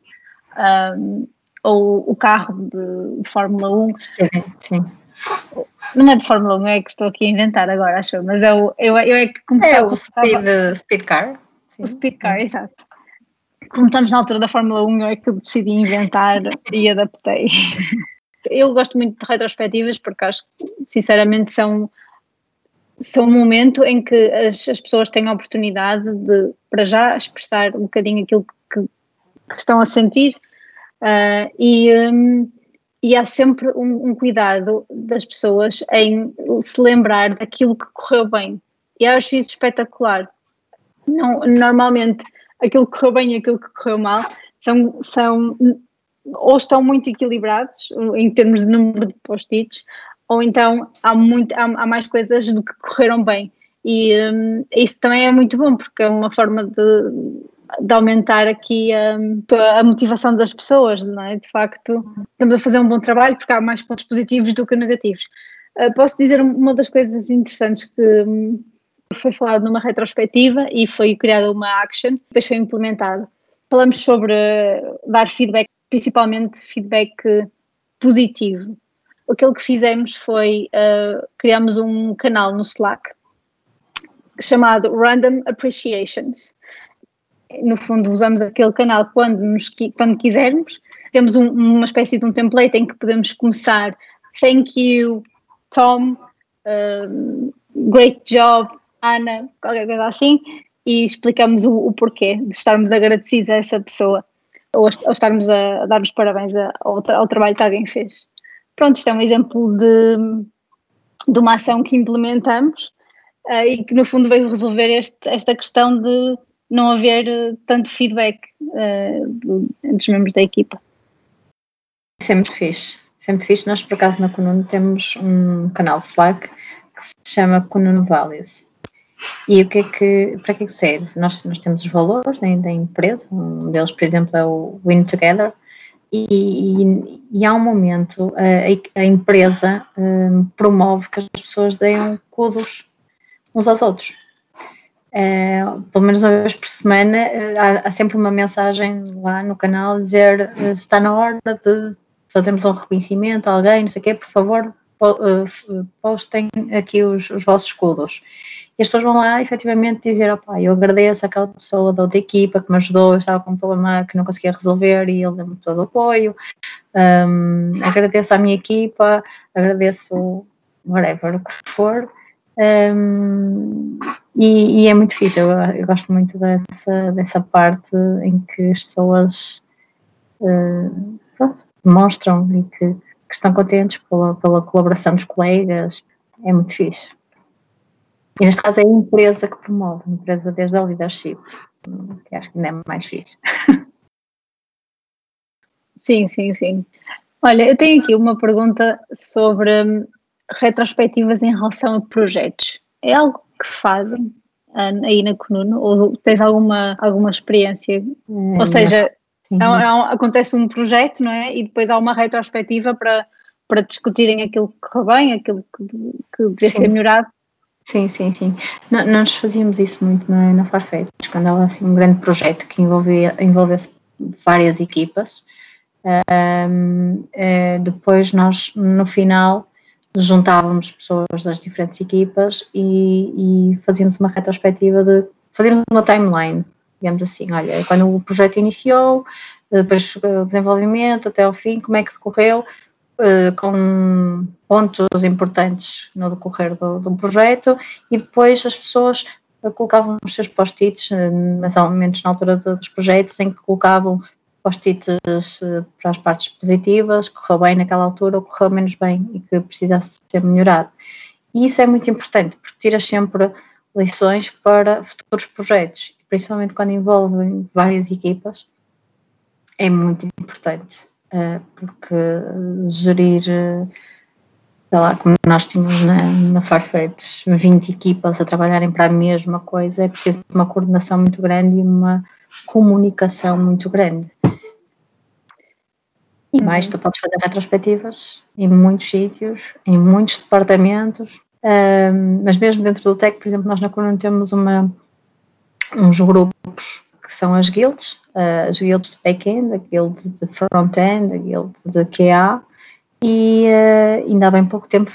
ou o carro de Fórmula 1. Sim. Não é de Fórmula 1, é que estou aqui a inventar agora, acho, mas eu é que como o speed car. Sim. O speed car, exato. Como estamos na altura da Fórmula 1, eu é que decidi inventar e adaptei. Eu gosto muito de retrospectivas porque acho que, sinceramente, são um momento em que as pessoas têm a oportunidade de, para já, expressar um bocadinho aquilo que estão a sentir e há sempre um cuidado das pessoas em se lembrar daquilo que correu bem. E acho isso espetacular. Normalmente aquilo que correu bem e aquilo que correu mal são ou estão muito equilibrados em termos de número de post-its, ou então há mais coisas do que correram bem. E isso também é muito bom, porque é uma forma de aumentar aqui a motivação das pessoas, não é? De facto, estamos a fazer um bom trabalho porque há mais pontos positivos do que negativos. Posso dizer uma das coisas interessantes que foi falado numa retrospectiva e foi criada uma action, depois foi implementada. Falamos sobre dar feedback, principalmente feedback positivo. Aquilo que fizemos foi criamos um canal no Slack chamado Random Appreciations. No fundo, usamos aquele canal quando quisermos. Temos uma espécie de um template em que podemos começar thank you, Tom, great job, Ana, qualquer coisa assim, e explicamos o porquê de estarmos agradecidos a essa pessoa ou estarmos a dar os parabéns ao trabalho que alguém fez. Pronto, isto é um exemplo de uma ação que implementamos e que no fundo veio resolver esta questão de não haver tanto feedback entre os membros da equipa. Sempre fixe. Nós, por acaso, na Kununu temos um canal Slack que se chama Kununu Values. E para que é que serve? Nós temos os valores da empresa, um deles, por exemplo, é o Win Together, e há um momento a empresa promove que as pessoas deem kudos uns aos outros. Pelo menos uma vez por semana há sempre uma mensagem lá no canal a dizer está na hora de fazermos um reconhecimento a alguém, não sei o quê, por favor postem aqui os vossos kudos. E as pessoas vão lá efetivamente dizer, eu agradeço àquela pessoa da outra equipa que me ajudou, eu estava com um problema que não conseguia resolver e ele deu-me todo o apoio, agradeço à minha equipa, agradeço whatever, o que for. E é muito fixe, eu gosto muito dessa parte em que as pessoas demonstram e que estão contentes pela colaboração dos colegas, é muito fixe. E neste caso é a empresa que promove, a empresa desde a leadership, que acho que ainda é mais fixe. Sim. Olha, eu tenho aqui uma pergunta sobre retrospectivas em relação a projetos. É algo que fazem aí na Kununu ou tens alguma experiência? Ou seja, acontece um projeto, não é? E depois há uma retrospectiva para discutirem aquilo que correu bem, aquilo que devia ser melhorado. Sim. Nós fazíamos isso muito na Farfetch, quando há assim um grande projeto que envolvesse várias equipas. Depois nós, no final, juntávamos pessoas das diferentes equipas e fazíamos uma retrospectiva fazíamos uma timeline, digamos assim, olha, quando o projeto iniciou, depois o desenvolvimento até ao fim, como é que decorreu, com pontos importantes no decorrer do projeto, e depois as pessoas colocavam os seus post-its, mas ao menos na altura dos projetos, em que colocavam post-its para as partes positivas, que correu bem naquela altura ou correu menos bem e que precisasse ser melhorado. E isso é muito importante, porque tiras sempre lições para futuros projetos, principalmente quando envolvem várias equipas, é muito importante, porque gerir, sei lá, como nós tínhamos na Farfetch 20 equipas a trabalharem para a mesma coisa, é preciso uma coordenação muito grande e uma comunicação muito grande. E mais, tu podes fazer retrospectivas em muitos sítios, em muitos departamentos, mas mesmo dentro do tech, por exemplo, nós na Kununu temos uns grupos que são as guilds de back-end, a guild de front-end, a guild de QA, e ainda há bem pouco tempo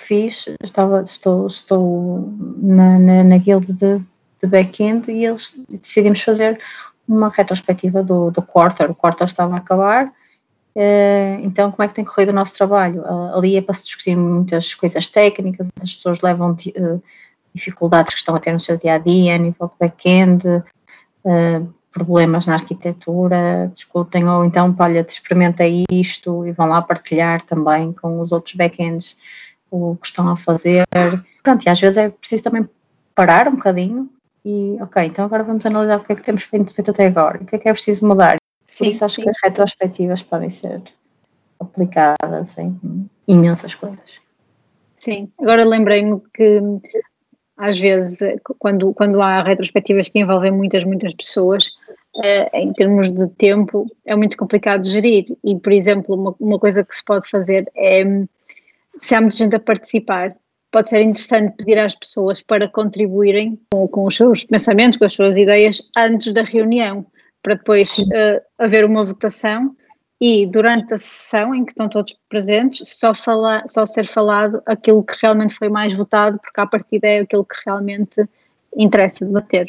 estou na guild de back-end e decidimos fazer uma retrospectiva do quarter. O quarter estava a acabar, então como é que tem corrido o nosso trabalho? Ali é para se discutir muitas coisas técnicas, as pessoas levam dificuldades que estão a ter no seu dia-a-dia, a nível de back-end, problemas na arquitetura, discutem, ou então, olha, experimenta isto, e vão lá partilhar também com os outros back-ends o que estão a fazer. Pronto, e às vezes é preciso também parar um bocadinho e ok, então agora vamos analisar o que é que temos feito até agora, o que é preciso mudar. Por isso acho que as retrospectivas podem ser aplicadas em imensas coisas. Sim, agora lembrei-me que às vezes, quando há retrospectivas que envolvem muitas pessoas, em termos de tempo, é muito complicado de gerir. E, por exemplo, uma coisa que se pode fazer é, se há muita gente a participar, pode ser interessante pedir às pessoas para contribuírem com os seus pensamentos, com as suas ideias, antes da reunião, para depois haver uma votação e durante a sessão em que estão todos presentes, só ser falado aquilo que realmente foi mais votado, porque à partida é aquilo que realmente interessa debater.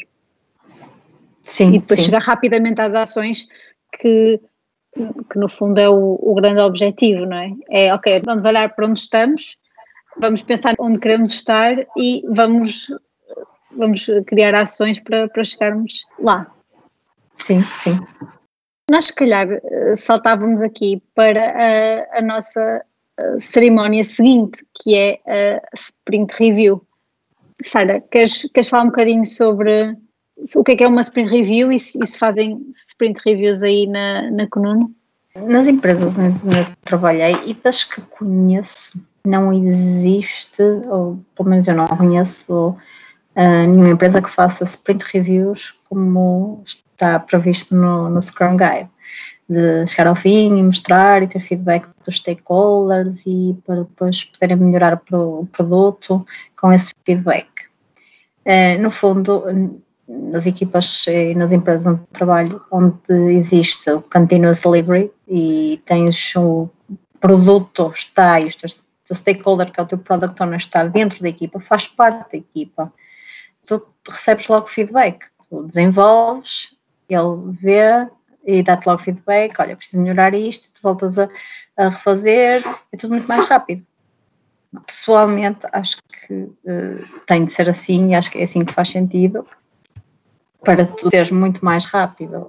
Sim, e depois chegar rapidamente às ações que no fundo é o grande objetivo, não é? É, ok, vamos olhar para onde estamos, vamos pensar onde queremos estar e vamos criar ações para chegarmos lá. Sim. Nós, se calhar, saltávamos aqui para a nossa cerimónia seguinte, que é a Sprint Review. Sara, queres falar um bocadinho sobre o que é uma Sprint Review e se fazem Sprint Reviews aí na Kununu? Nas empresas onde eu trabalhei e das que conheço, não existe, ou pelo menos eu não conheço nenhuma empresa que faça Sprint Reviews como está previsto no Scrum Guide, de chegar ao fim e mostrar e ter feedback dos stakeholders e para depois poderem melhorar o produto com esse feedback. No fundo, nas equipas e nas empresas onde trabalho, onde existe o continuous delivery e tens o produto está e o teu stakeholder, que é o teu product owner, está dentro da equipa, faz parte da equipa, tu recebes logo feedback, tu desenvolves, ele vê e dá-te logo feedback, olha, preciso melhorar isto, tu voltas a refazer, é tudo muito mais rápido. Pessoalmente acho que tem de ser assim e acho que é assim que faz sentido para tu teres muito mais rápido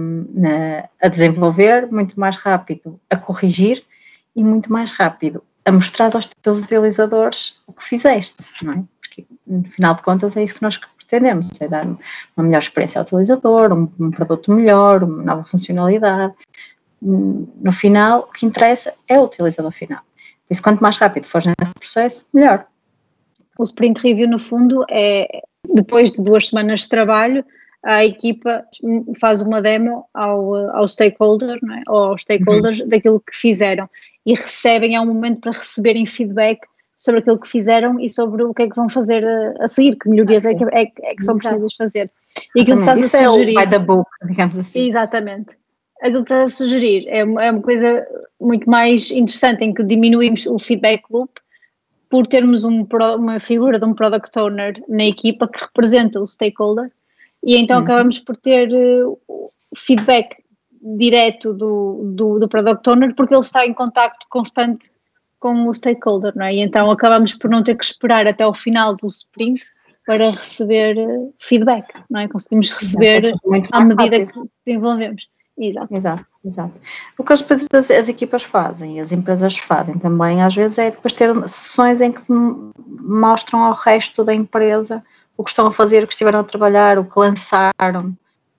a desenvolver, muito mais rápido a corrigir e muito mais rápido a mostrar aos teus utilizadores o que fizeste, não é? Porque no final de contas é isso que nós pretendemos, é dar uma melhor experiência ao utilizador, um produto melhor, uma nova funcionalidade. No final, o que interessa é o utilizador final. Por isso, quanto mais rápido fores nesse processo, melhor. O Sprint Review, no fundo, é depois de 2 semanas de trabalho, a equipa faz uma demo ao stakeholder, não é? Ou aos stakeholders daquilo que fizeram e recebem, há um momento para receberem feedback sobre aquilo que fizeram e sobre o que é que vão fazer a seguir, que melhorias é que são precisas fazer. E aquilo que estás a sugerir... Isso é o by the book, digamos assim. Exatamente. Aquilo que estás a sugerir é uma coisa muito mais interessante, em que diminuímos o feedback loop por termos uma figura de um product owner na equipa que representa o stakeholder e então acabamos por ter feedback direto do product owner porque ele está em contacto constante com o stakeholder, não é? E então acabamos por não ter que esperar até ao final do sprint para receber feedback, não é? Conseguimos receber à medida que desenvolvemos. Exato. O que as equipas fazem, as empresas fazem também, às vezes, é depois ter sessões em que mostram ao resto da empresa o que estão a fazer, o que estiveram a trabalhar, o que lançaram,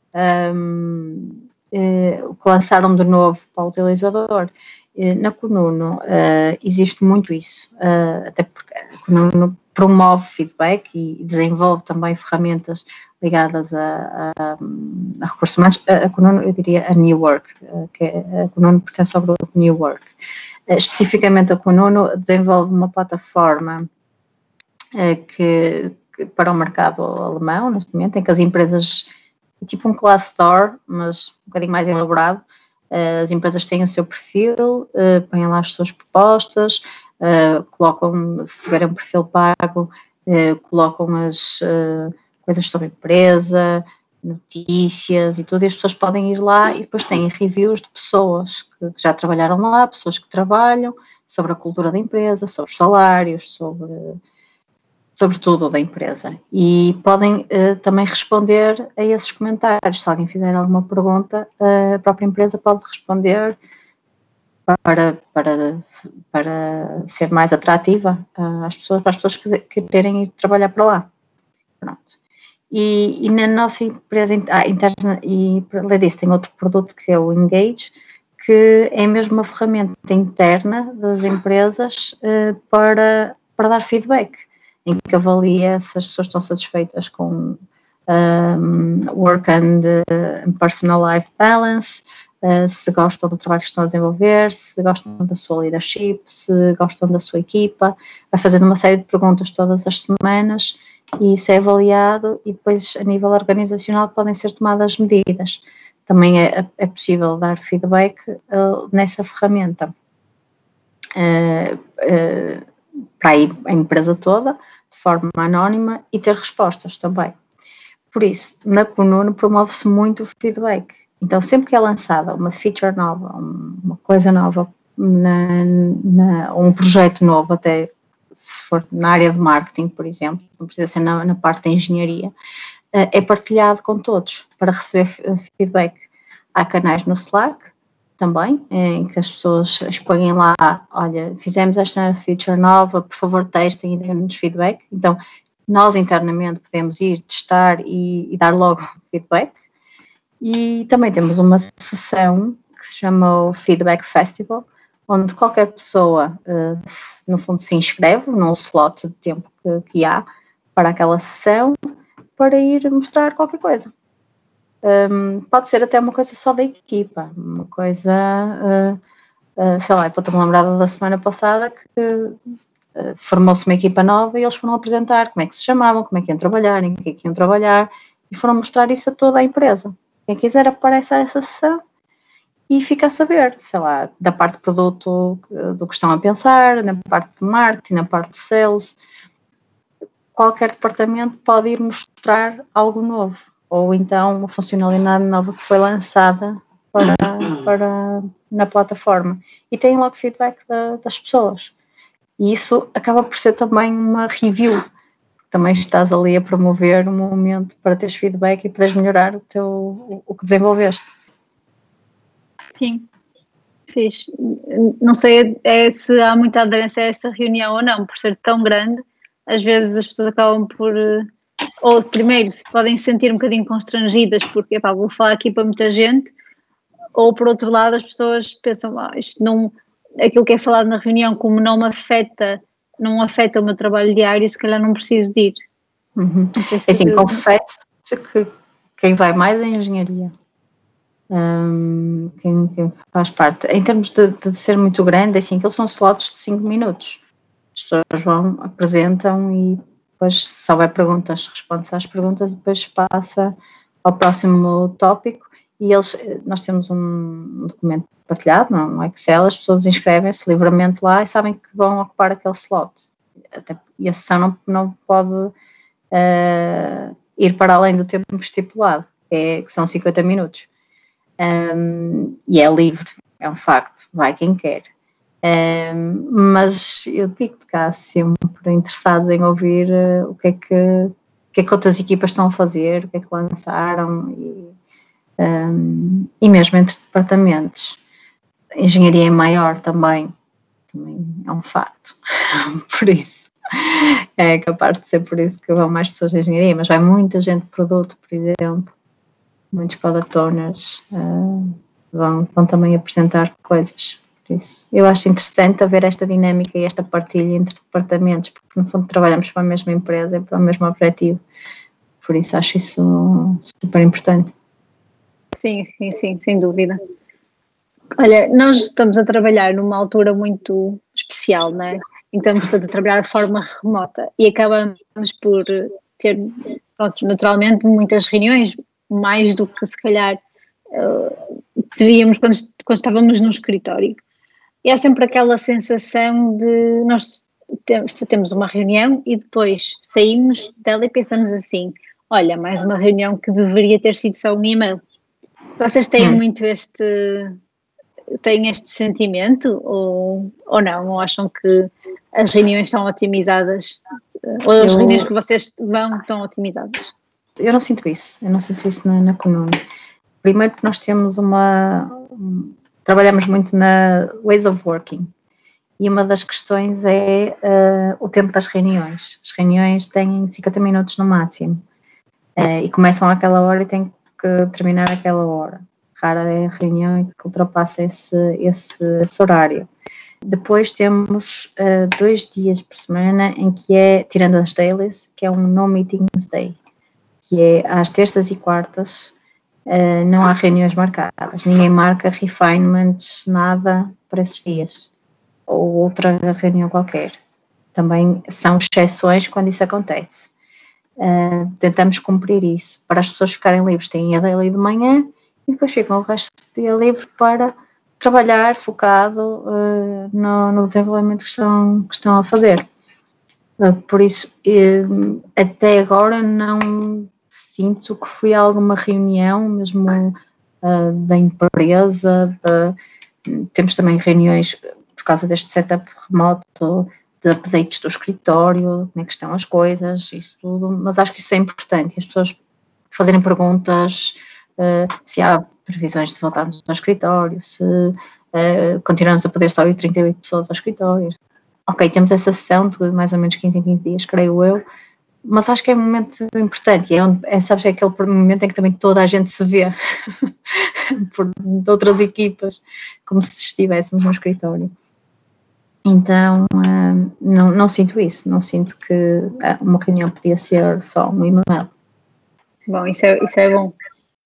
de novo para o utilizador. Na Kununu existe muito isso, até porque a Kununu promove feedback e desenvolve também ferramentas ligadas a recursos humanos. A Kununu, eu diria a New Work, que a Kununu pertence ao grupo New Work. Especificamente a Kununu desenvolve uma plataforma que para o mercado alemão, neste momento, em que as empresas, tipo um Glassdoor, mas um bocadinho mais elaborado, as empresas têm o seu perfil, põem lá as suas propostas, colocam, se tiverem um perfil pago, colocam as coisas sobre a empresa, notícias e tudo, e as pessoas podem ir lá e depois têm reviews de pessoas que já trabalharam lá, pessoas que trabalham, sobre a cultura da empresa, sobre os salários, sobre tudo da empresa. E podem também responder a esses comentários. Se alguém fizer alguma pergunta, a própria empresa pode responder para ser mais atrativa às pessoas, para as pessoas que quererem ir trabalhar para lá. Pronto. E na nossa empresa interna, e além disso, tem outro produto que é o Engage, que é mesmo uma ferramenta interna das empresas para dar feedback, em que avalia se as pessoas estão satisfeitas com work and personal life balance, se gostam do trabalho que estão a desenvolver, se gostam da sua leadership, se gostam da sua equipa, vai fazendo uma série de perguntas todas as semanas e isso é avaliado e depois a nível organizacional podem ser tomadas medidas. Também é possível dar feedback nessa ferramenta para a empresa toda, de forma anónima e ter respostas também. Por isso, na Kununu promove-se muito o feedback. Então, sempre que é lançada uma feature nova, uma coisa nova, um projeto novo, até se for na área de marketing, por exemplo, não precisa ser na parte de engenharia, é partilhado com todos para receber feedback. Há canais no Slack também, em que as pessoas expõem lá, olha, fizemos esta feature nova, por favor testem e deem-nos feedback. Então, nós internamente podemos ir testar e dar logo feedback. E também temos uma sessão que se chama o Feedback Festival, onde qualquer pessoa, no fundo, se inscreve num slot de tempo que há para aquela sessão, para ir mostrar qualquer coisa. Pode ser até uma coisa só da equipa, uma coisa, sei lá, estou-me lembrada da semana passada que formou-se uma equipa nova e eles foram apresentar como é que se chamavam, como é que iam trabalhar, em que é que iam trabalhar e foram mostrar isso a toda a empresa. Quem quiser aparece a essa sessão e fica a saber, sei lá, da parte de produto do que estão a pensar, na parte de marketing, na parte de sales. Qualquer departamento pode ir mostrar algo novo ou então uma funcionalidade nova que foi lançada na plataforma e tem logo feedback das pessoas. E isso acaba por ser também uma review. Também estás ali a promover um momento para teres feedback e poderes melhorar o que desenvolveste. Sim, fixe. Não sei se há muita aderência a essa reunião ou não, por ser tão grande, às vezes as pessoas acabam por, ou primeiro podem se sentir um bocadinho constrangidas porque, vou falar aqui para muita gente, ou por outro lado as pessoas pensam, isto não, aquilo que é falado na reunião como não afeta o meu trabalho diário, se calhar não preciso de ir. Não sei se... Assim, confesso que quem vai mais é a engenharia. Quem faz parte. Em termos de ser muito grande, assim, aqueles são slots de 5 minutos. As pessoas vão, apresentam e depois, se houver perguntas, responde-se às perguntas e depois passa ao próximo tópico. E nós temos um documento partilhado, um Excel, as pessoas inscrevem-se livremente lá e sabem que vão ocupar aquele slot. E a sessão não pode ir para além do tempo estipulado, que são 50 minutos. E é livre, é um facto, vai quem quer. Mas eu digo-te cá sempre interessados em ouvir o que é que outras equipas estão a fazer, o que é que lançaram e mesmo entre departamentos. A engenharia é maior também é um facto, por isso é capaz de ser por isso que vão mais pessoas de engenharia, mas vai muita gente de produto, por exemplo, muitos product owners vão também apresentar coisas. Por isso, eu acho interessante haver esta dinâmica e esta partilha entre departamentos, porque no fundo trabalhamos para a mesma empresa, para o mesmo objetivo. Por isso acho isso super importante. Sim, sem dúvida. Olha, nós estamos a trabalhar numa altura muito especial, não é? Então estamos todos a trabalhar de forma remota e acabamos por ter, naturalmente, muitas reuniões, mais do que se calhar teríamos quando estávamos no escritório. E há sempre aquela sensação de nós temos uma reunião e depois saímos dela e pensamos assim, olha, mais uma reunião que deveria ter sido só um e-mail. Vocês têm muito têm este sentimento ou não? Ou acham que as reuniões estão otimizadas? Ou as reuniões que vocês vão estão otimizadas? Eu não sinto isso na Kununu. Primeiro porque nós temos trabalhamos muito na ways of working e uma das questões é o tempo das reuniões. As reuniões têm 50 minutos no máximo. e começam àquela hora e têm que terminar àquela hora. Rara é a reunião que ultrapassa esse horário. Depois temos 2 dias por semana em que é, tirando as dailies, que é um no meetings day, que é às terças e quartas, não há reuniões marcadas, ninguém marca refinements, nada para esses dias, ou outra reunião qualquer. Também são exceções quando isso acontece. Tentamos cumprir isso, para as pessoas ficarem livres, têm a daily de manhã e depois ficam o resto do dia livre para trabalhar focado no desenvolvimento que estão a fazer. Por isso, até agora não sinto que fui a alguma reunião, mesmo da empresa. Temos também reuniões, por causa deste setup remoto, de updates do escritório, como é que estão as coisas, isso tudo, mas acho que isso é importante, as pessoas fazerem perguntas, se há previsões de voltarmos ao escritório, se continuamos a poder só ir 38 pessoas ao escritório. Ok, temos essa sessão de mais ou menos 15 em 15 dias, creio eu, mas acho que é um momento importante, sabes, é aquele momento em que também toda a gente se vê de outras equipas, como se estivéssemos no escritório. Então, não sinto isso, não sinto que uma reunião podia ser só um e-mail. Bom, isso é bom.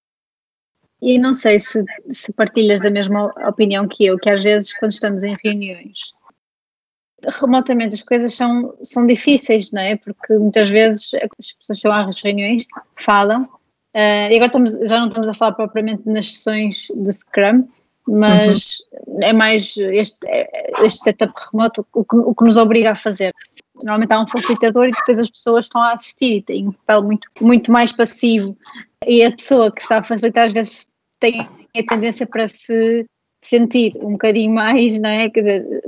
E não sei se partilhas da mesma opinião que eu, que às vezes quando estamos em reuniões, remotamente as coisas são difíceis, não é? Porque muitas vezes as pessoas chegam às reuniões, falam, e agora já não estamos a falar propriamente nas sessões de Scrum, mas é mais este setup remoto o que nos obriga a fazer. Normalmente há um facilitador e depois as pessoas estão a assistir, têm um papel muito, muito mais passivo, e a pessoa que está a facilitar às vezes tem a tendência para se sentir um bocadinho mais, não é? Quer dizer,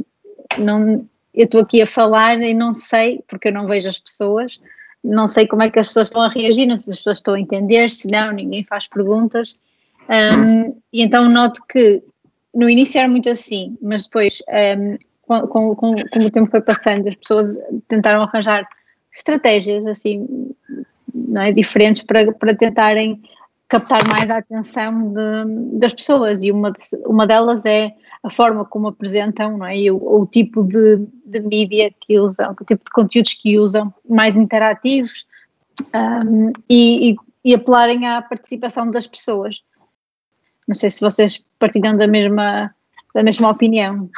eu estou aqui a falar e não sei, porque eu não vejo as pessoas, não sei como é que as pessoas estão a reagir, não sei se as pessoas estão a entender, se não, ninguém faz perguntas. E então noto que no início era muito assim, mas depois, como o tempo foi passando, as pessoas tentaram arranjar estratégias assim, não é, diferentes para tentarem captar mais a atenção das pessoas, e uma delas é a forma como apresentam, não é? E o tipo de mídia que usam, o tipo de conteúdos que usam, mais interativos, e apelarem à participação das pessoas. Não sei se vocês partilham da mesma opinião.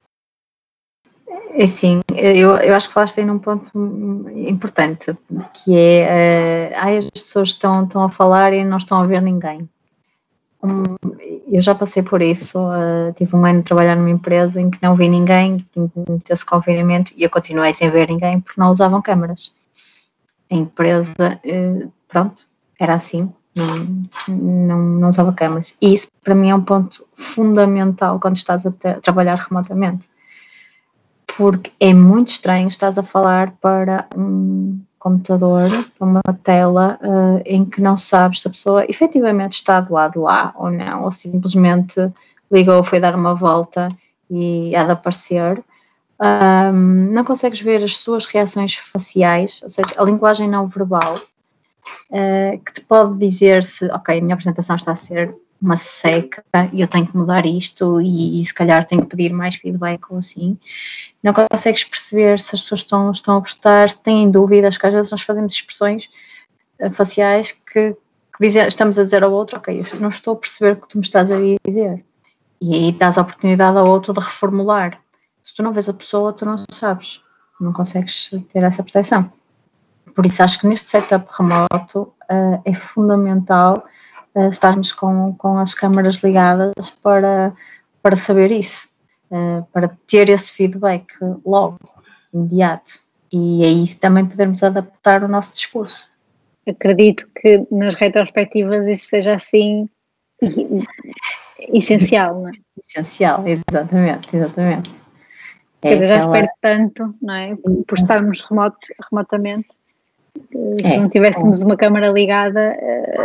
Assim, eu acho que falaste aí num ponto importante, que é, as pessoas estão a falar e não estão a ver ninguém. Eu já passei por isso, tive um ano de trabalhar numa empresa em que não vi ninguém, meteu-se confinamento e eu continuei sem ver ninguém porque não usavam câmaras. A empresa, pronto, era assim, não usava câmaras. E isso para mim é um ponto fundamental quando estás a trabalhar remotamente. Porque é muito estranho estás a falar para um computador, para uma tela em que não sabes se a pessoa efetivamente está do lado lá ou não, ou simplesmente ligou, foi dar uma volta e há de aparecer. Não consegues ver as suas reações faciais, ou seja, a linguagem não verbal, que te pode dizer se, ok, a minha apresentação está a ser uma seca e eu tenho que mudar isto e se calhar tenho que pedir mais feedback ou assim. Não consegues perceber se as pessoas estão a gostar, se têm dúvidas, que às vezes nós fazemos expressões faciais que estamos a dizer ao outro, ok, eu não estou a perceber o que tu me estás a dizer. E aí dás a oportunidade ao outro de reformular. Se tu não vês a pessoa, tu não sabes, não consegues ter essa percepção. Por isso acho que neste setup remoto é fundamental estarmos com as câmaras ligadas para saber isso, para ter esse feedback logo, imediato, e aí também podermos adaptar o nosso discurso. Acredito que nas retrospectivas isso seja assim essencial, não é? Essencial, exatamente. Quer dizer, já se perde tanto, não é? Por estarmos remotamente. Se não tivéssemos uma câmara ligada,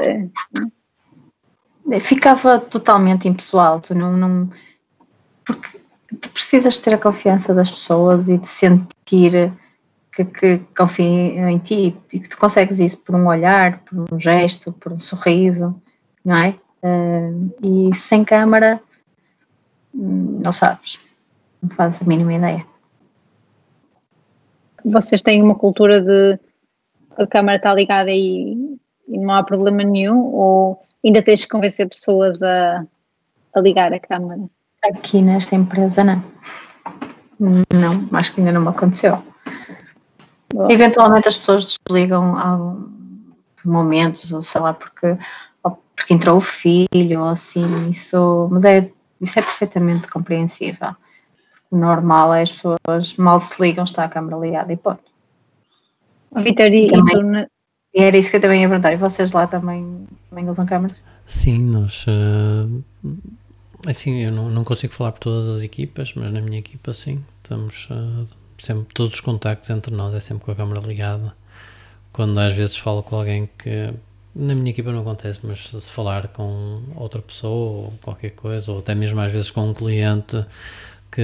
ficava totalmente impessoal. Porque tu precisas ter a confiança das pessoas e de sentir que confiem em ti e que tu consegues isso por um olhar, por um gesto, por um sorriso, não é? E sem câmara, não sabes, não fazes a mínima ideia. Vocês têm uma cultura de a câmara está ligada e não há problema nenhum, ou ainda tens de convencer pessoas a ligar a câmara? Aqui nesta empresa não, acho que ainda não me aconteceu. Bom. Eventualmente as pessoas desligam por momentos, ou sei lá, porque entrou o filho, ou assim, isso é perfeitamente compreensível. O normal é as pessoas mal se ligam, está a câmara ligada e pronto. Vitor, e era isso que eu também ia perguntar, e vocês lá também usam câmaras? Sim, nós... assim, eu não consigo falar por todas as equipas, mas na minha equipa sim, estamos sempre, todos os contactos entre nós é sempre com a câmara ligada. Quando às vezes falo com alguém que na minha equipa não acontece, mas se falar com outra pessoa ou qualquer coisa, ou até mesmo às vezes com um cliente que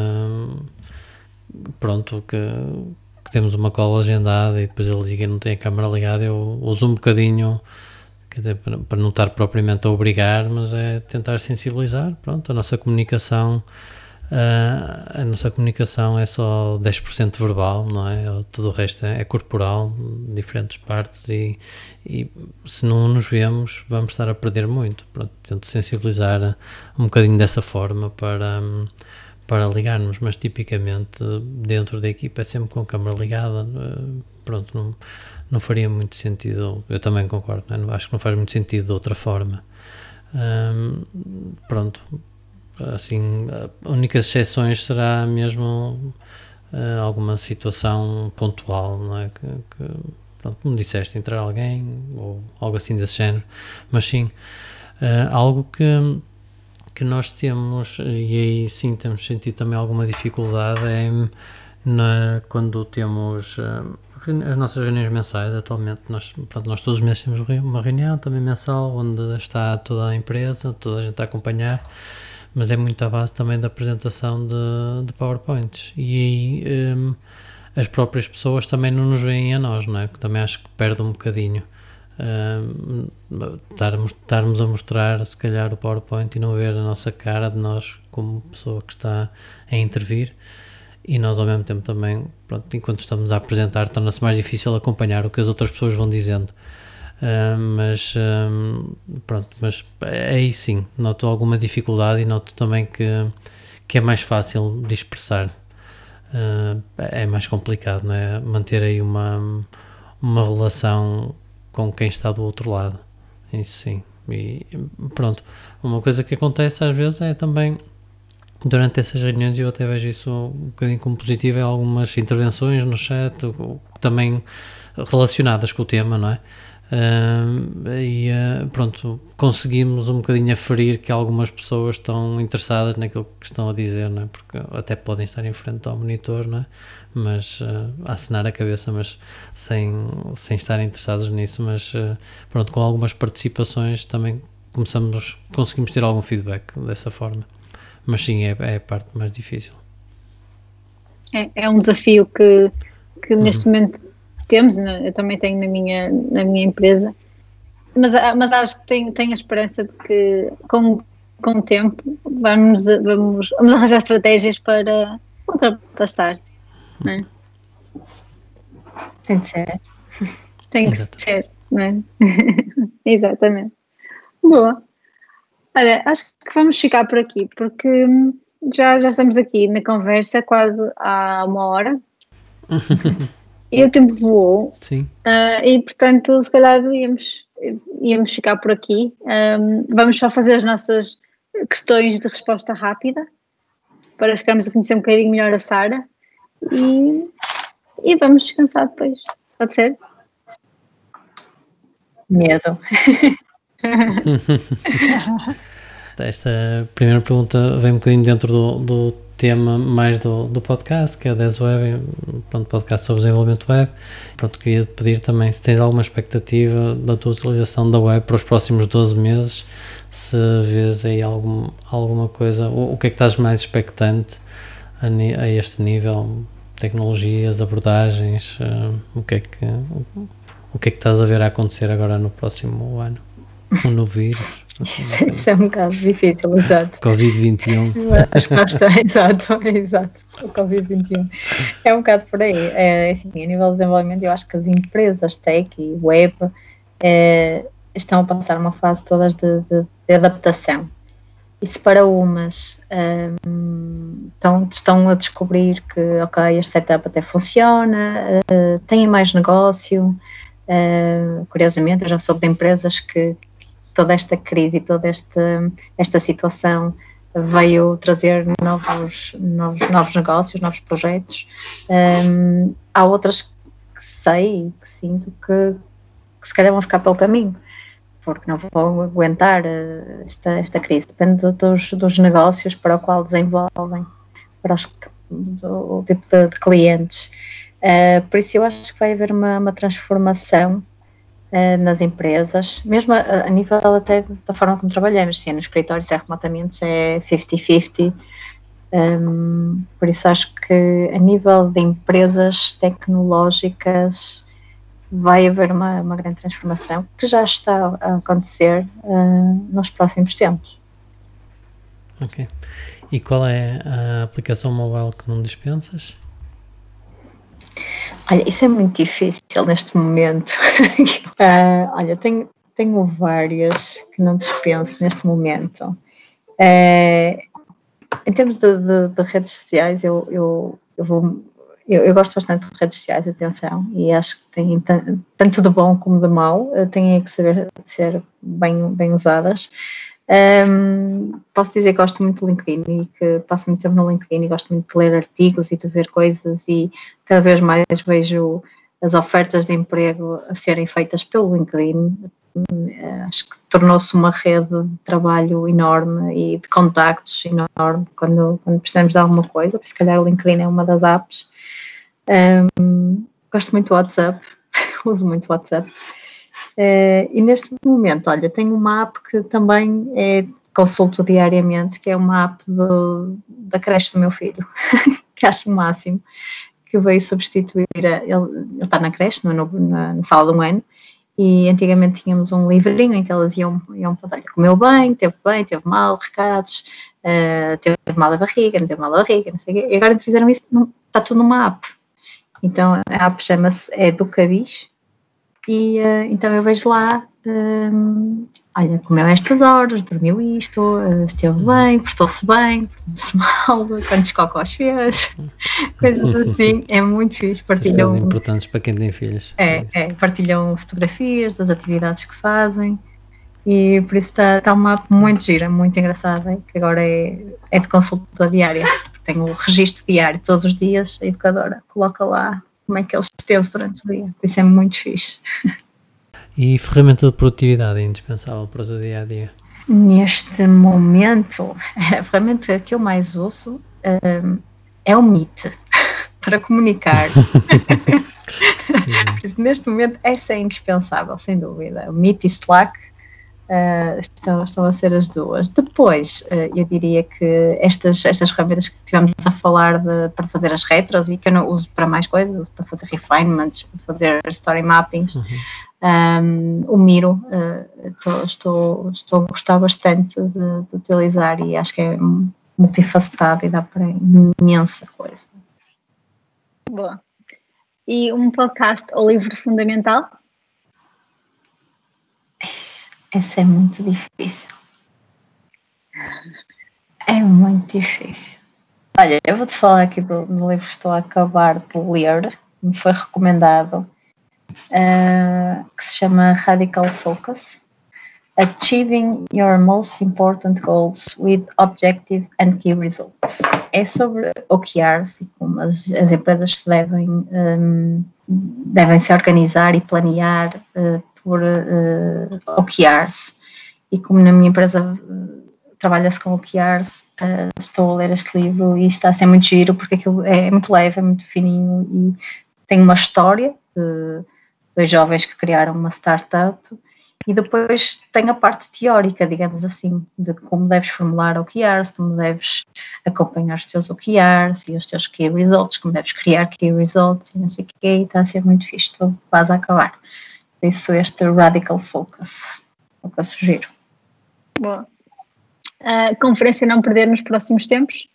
temos uma call agendada e depois ele liga e não tem a câmara ligada, eu uso um bocadinho, quer dizer, para não estar propriamente a obrigar, mas é tentar sensibilizar. Pronto, a nossa comunicação é só 10% verbal, não é? Tudo o resto é corporal, diferentes partes, e se não nos vemos vamos estar a perder muito. Pronto, tento sensibilizar um bocadinho dessa forma para ligarmos, mas tipicamente dentro da equipa é sempre com a câmara ligada. Pronto, não faria muito sentido, eu também concordo, não é? Acho que não faz muito sentido de outra forma. Pronto, assim, a única exceções será mesmo alguma situação pontual, não é? Pronto, como disseste, entrar alguém ou algo assim desse género, mas sim, algo que nós temos, e aí sim temos sentido também alguma dificuldade, é quando temos as nossas reuniões mensais. Atualmente nós todos os meses temos uma reunião também mensal, onde está toda a empresa, toda a gente a acompanhar, mas é muito à base também da apresentação de PowerPoints, e aí as próprias pessoas também não nos veem a nós, não é? Que também acho que perde um bocadinho estarmos a mostrar se calhar o PowerPoint e não ver a nossa cara de nós como pessoa que está a intervir, e nós ao mesmo tempo também, pronto, enquanto estamos a apresentar, torna-se mais difícil acompanhar o que as outras pessoas vão dizendo. Mas aí sim noto alguma dificuldade, e noto também que é mais fácil de expressar. É mais complicado, não é? Manter aí uma relação com quem está do outro lado, isso sim. E pronto, uma coisa que acontece às vezes é também durante essas reuniões, eu até vejo isso um bocadinho como positivo, é algumas intervenções no chat, também relacionadas com o tema, não é? Pronto, conseguimos um bocadinho aferir que algumas pessoas estão interessadas naquilo que estão a dizer, não é? Porque até podem estar em frente ao monitor, não é? Mas a acenar a cabeça, mas sem estar interessados nisso. Mas pronto, com algumas participações também conseguimos ter algum feedback dessa forma. Mas sim, é a parte mais difícil. É um desafio que neste momento temos, né? Eu também tenho na minha empresa, mas acho que tenho a esperança de que com o tempo vamos arranjar estratégias para ultrapassar, não é? Tem de ser. Tem que ser, não é? Exatamente. Boa. Olha, acho que vamos ficar por aqui, porque já estamos aqui na conversa quase há 1 hora. E o tempo voou. Sim. E portanto, se calhar íamos ficar por aqui. Vamos só fazer as nossas questões de resposta rápida para ficarmos a conhecer um bocadinho melhor a Sara, e vamos descansar depois. Pode ser? Medo. Esta primeira pergunta vem um bocadinho dentro do tema mais do podcast, que é o DesWeb, pronto, podcast sobre desenvolvimento web. Pronto, queria te pedir também se tens alguma expectativa da tua utilização da web para os próximos 12 meses, se vês aí alguma coisa, o que é que estás mais expectante a este nível, tecnologias, abordagens, o que é que estás a ver a acontecer agora no próximo ano? Um novo vírus? Assim, Isso é um bocado difícil, exato. Covid-21. Acho que nós exato. O Covid-21 é um bocado por aí. Assim, a nível de desenvolvimento, eu acho que as empresas tech e web estão a passar uma fase todas de adaptação. E se para umas estão a descobrir que, ok, este setup até funciona, têm mais negócio. Curiosamente, eu já soube de empresas que toda esta crise e toda esta situação veio trazer novos negócios, novos projetos. Há outras que sei, que sinto que se calhar vão ficar pelo caminho, porque não vão aguentar esta crise. Depende dos negócios para o qual desenvolvem, para o tipo de clientes. Por isso eu acho que vai haver uma transformação nas empresas, mesmo a nível até da forma como trabalhamos, se é no escritório, se é remotamente, se é 50-50. Por isso acho que a nível de empresas tecnológicas vai haver uma grande transformação que já está a acontecer nos próximos tempos. Ok. E qual é a aplicação mobile que não dispensas? Olha, isso é muito difícil neste momento. Olha, tenho várias que não dispenso neste momento. Em termos de redes sociais, eu gosto bastante de redes sociais, atenção, e acho que têm tanto de bom como de mau, têm que saber ser bem usadas. Posso dizer que gosto muito do LinkedIn e que passo muito tempo no LinkedIn e gosto muito de ler artigos e de ver coisas, e cada vez mais vejo as ofertas de emprego a serem feitas pelo LinkedIn. Acho que tornou-se uma rede de trabalho enorme e de contactos enorme quando precisamos de alguma coisa. Se calhar o LinkedIn é uma das apps. Gosto muito do WhatsApp, uso muito o WhatsApp. E neste momento, olha, tenho uma app que também consulto diariamente, que é uma app da creche do meu filho, que acho o máximo, que veio substituir, ele está na creche, na sala de um ano, e antigamente tínhamos um livrinho em que elas iam para comeu bem, teve mal, recados, teve mal a barriga, não teve mal a barriga, não sei o quê, e agora fizeram isso, está tudo numa app. Então a app chama-se Educabiz, e então eu vejo lá, olha, comeu estas horas, dormiu isto, esteve bem, portou-se mal, quantos cocós fez, coisas assim, é muito fixe. Partilham coisas importantes para quem tem filhos. Partilham fotografias das atividades que fazem, e por isso está uma app muito gira, muito engraçada, que agora é de consulta diária. Tem o registro diário, todos os dias a educadora coloca lá como é que ele esteve durante o dia, por isso é muito fixe. E ferramenta de produtividade é indispensável para o teu dia-a-dia? Neste momento, a ferramenta que eu mais uso é o Meet, para comunicar. Por isso, neste momento, essa é indispensável, sem dúvida. O Meet e Slack estão a ser as duas. Depois, eu diria que estas ferramentas que estivemos a falar para fazer as retros, e que eu não uso para mais coisas, uso para fazer refinements, para fazer story mappings, o Miro, estou a gostar bastante de utilizar, e acho que é multifacetado e dá para imensa coisa. Boa. E um podcast ou livro fundamental? Essa é muito difícil. É muito difícil. Olha, eu vou-te falar aqui do livro que estou a acabar de ler, que me foi recomendado, que se chama Radical Focus: Achieving Your Most Important Goals with Objective and Key Results. É sobre OKRs e como as empresas se devem se organizar e planear por OKRs, e como na minha empresa trabalha-se com OKRs, estou a ler este livro e está a ser muito giro, porque aquilo é muito leve, é muito fininho e tem uma história de dois jovens que criaram uma startup, E depois tem a parte teórica, digamos assim, de como deves formular OKRs, como deves acompanhar os teus OKRs e os teus Key Results, como deves criar Key Results e não sei o quê, e está a ser muito fixe, estou quase a acabar. Por isso este Radical Focus, é o que eu sugiro. Boa. A conferência não perder nos próximos tempos?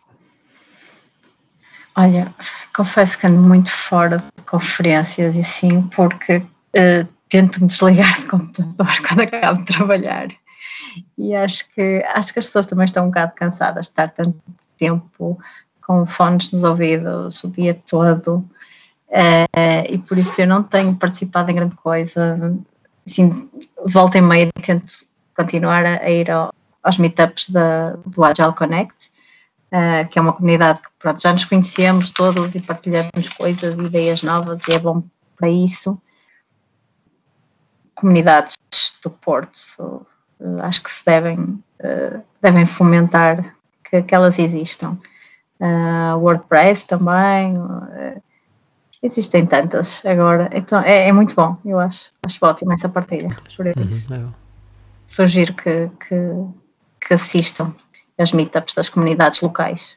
Olha, confesso que ando muito fora de conferências e assim, porque tento-me desligar do computador quando acabo de trabalhar. E acho que as pessoas também estão um bocado cansadas de estar tanto tempo com fones nos ouvidos o dia todo. E por isso eu não tenho participado em grande coisa. Assim, volta e meia tento continuar a ir aos meetups do Agile Connect, que é uma comunidade que, pronto, já nos conhecemos todos e partilhamos coisas e ideias novas e é bom para isso. Comunidades do Porto, acho que se devem fomentar que elas existam. WordPress também, existem tantas agora, então é muito bom, eu acho ótimo essa partilha, por isso sugiro que assistam aos meetups das comunidades locais.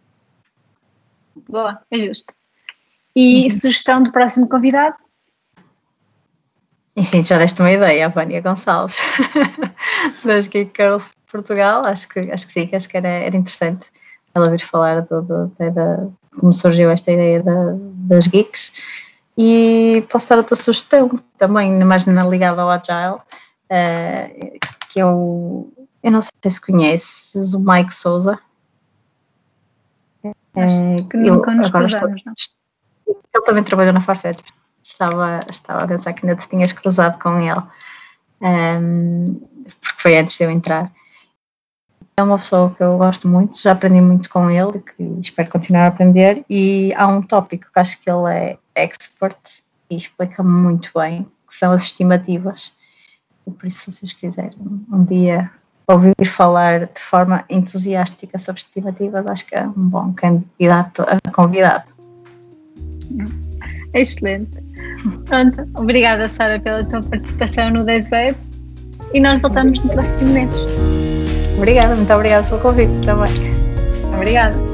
Boa, é justo. E sugestão do próximo convidado? E sim, já deste uma ideia, a Vânia Gonçalves, das Geek Girls Portugal, acho que sim, que era interessante ela vir falar de como surgiu esta ideia das geeks. E posso dar outra sugestão, também mais ligada ao Agile, que eu não sei se conheces o Mike Souza. Que nunca nos cruzamos, não? Ele também trabalhou na Farfetch. Estava a pensar que ainda te tinhas cruzado com ele, porque foi antes de eu entrar. É uma pessoa que eu gosto muito, já aprendi muito com ele e que espero continuar a aprender. E há um tópico que acho que ele é expert e explica muito bem, que são as estimativas. E por isso, se vocês quiserem um dia ouvir falar de forma entusiástica sobre estimativas, acho que é um bom candidato a convidado. Excelente. Pronto, obrigada, Sara, pela tua participação no Days Web e nós voltamos no próximo mês. Obrigada, muito obrigada pelo convite também. Obrigada.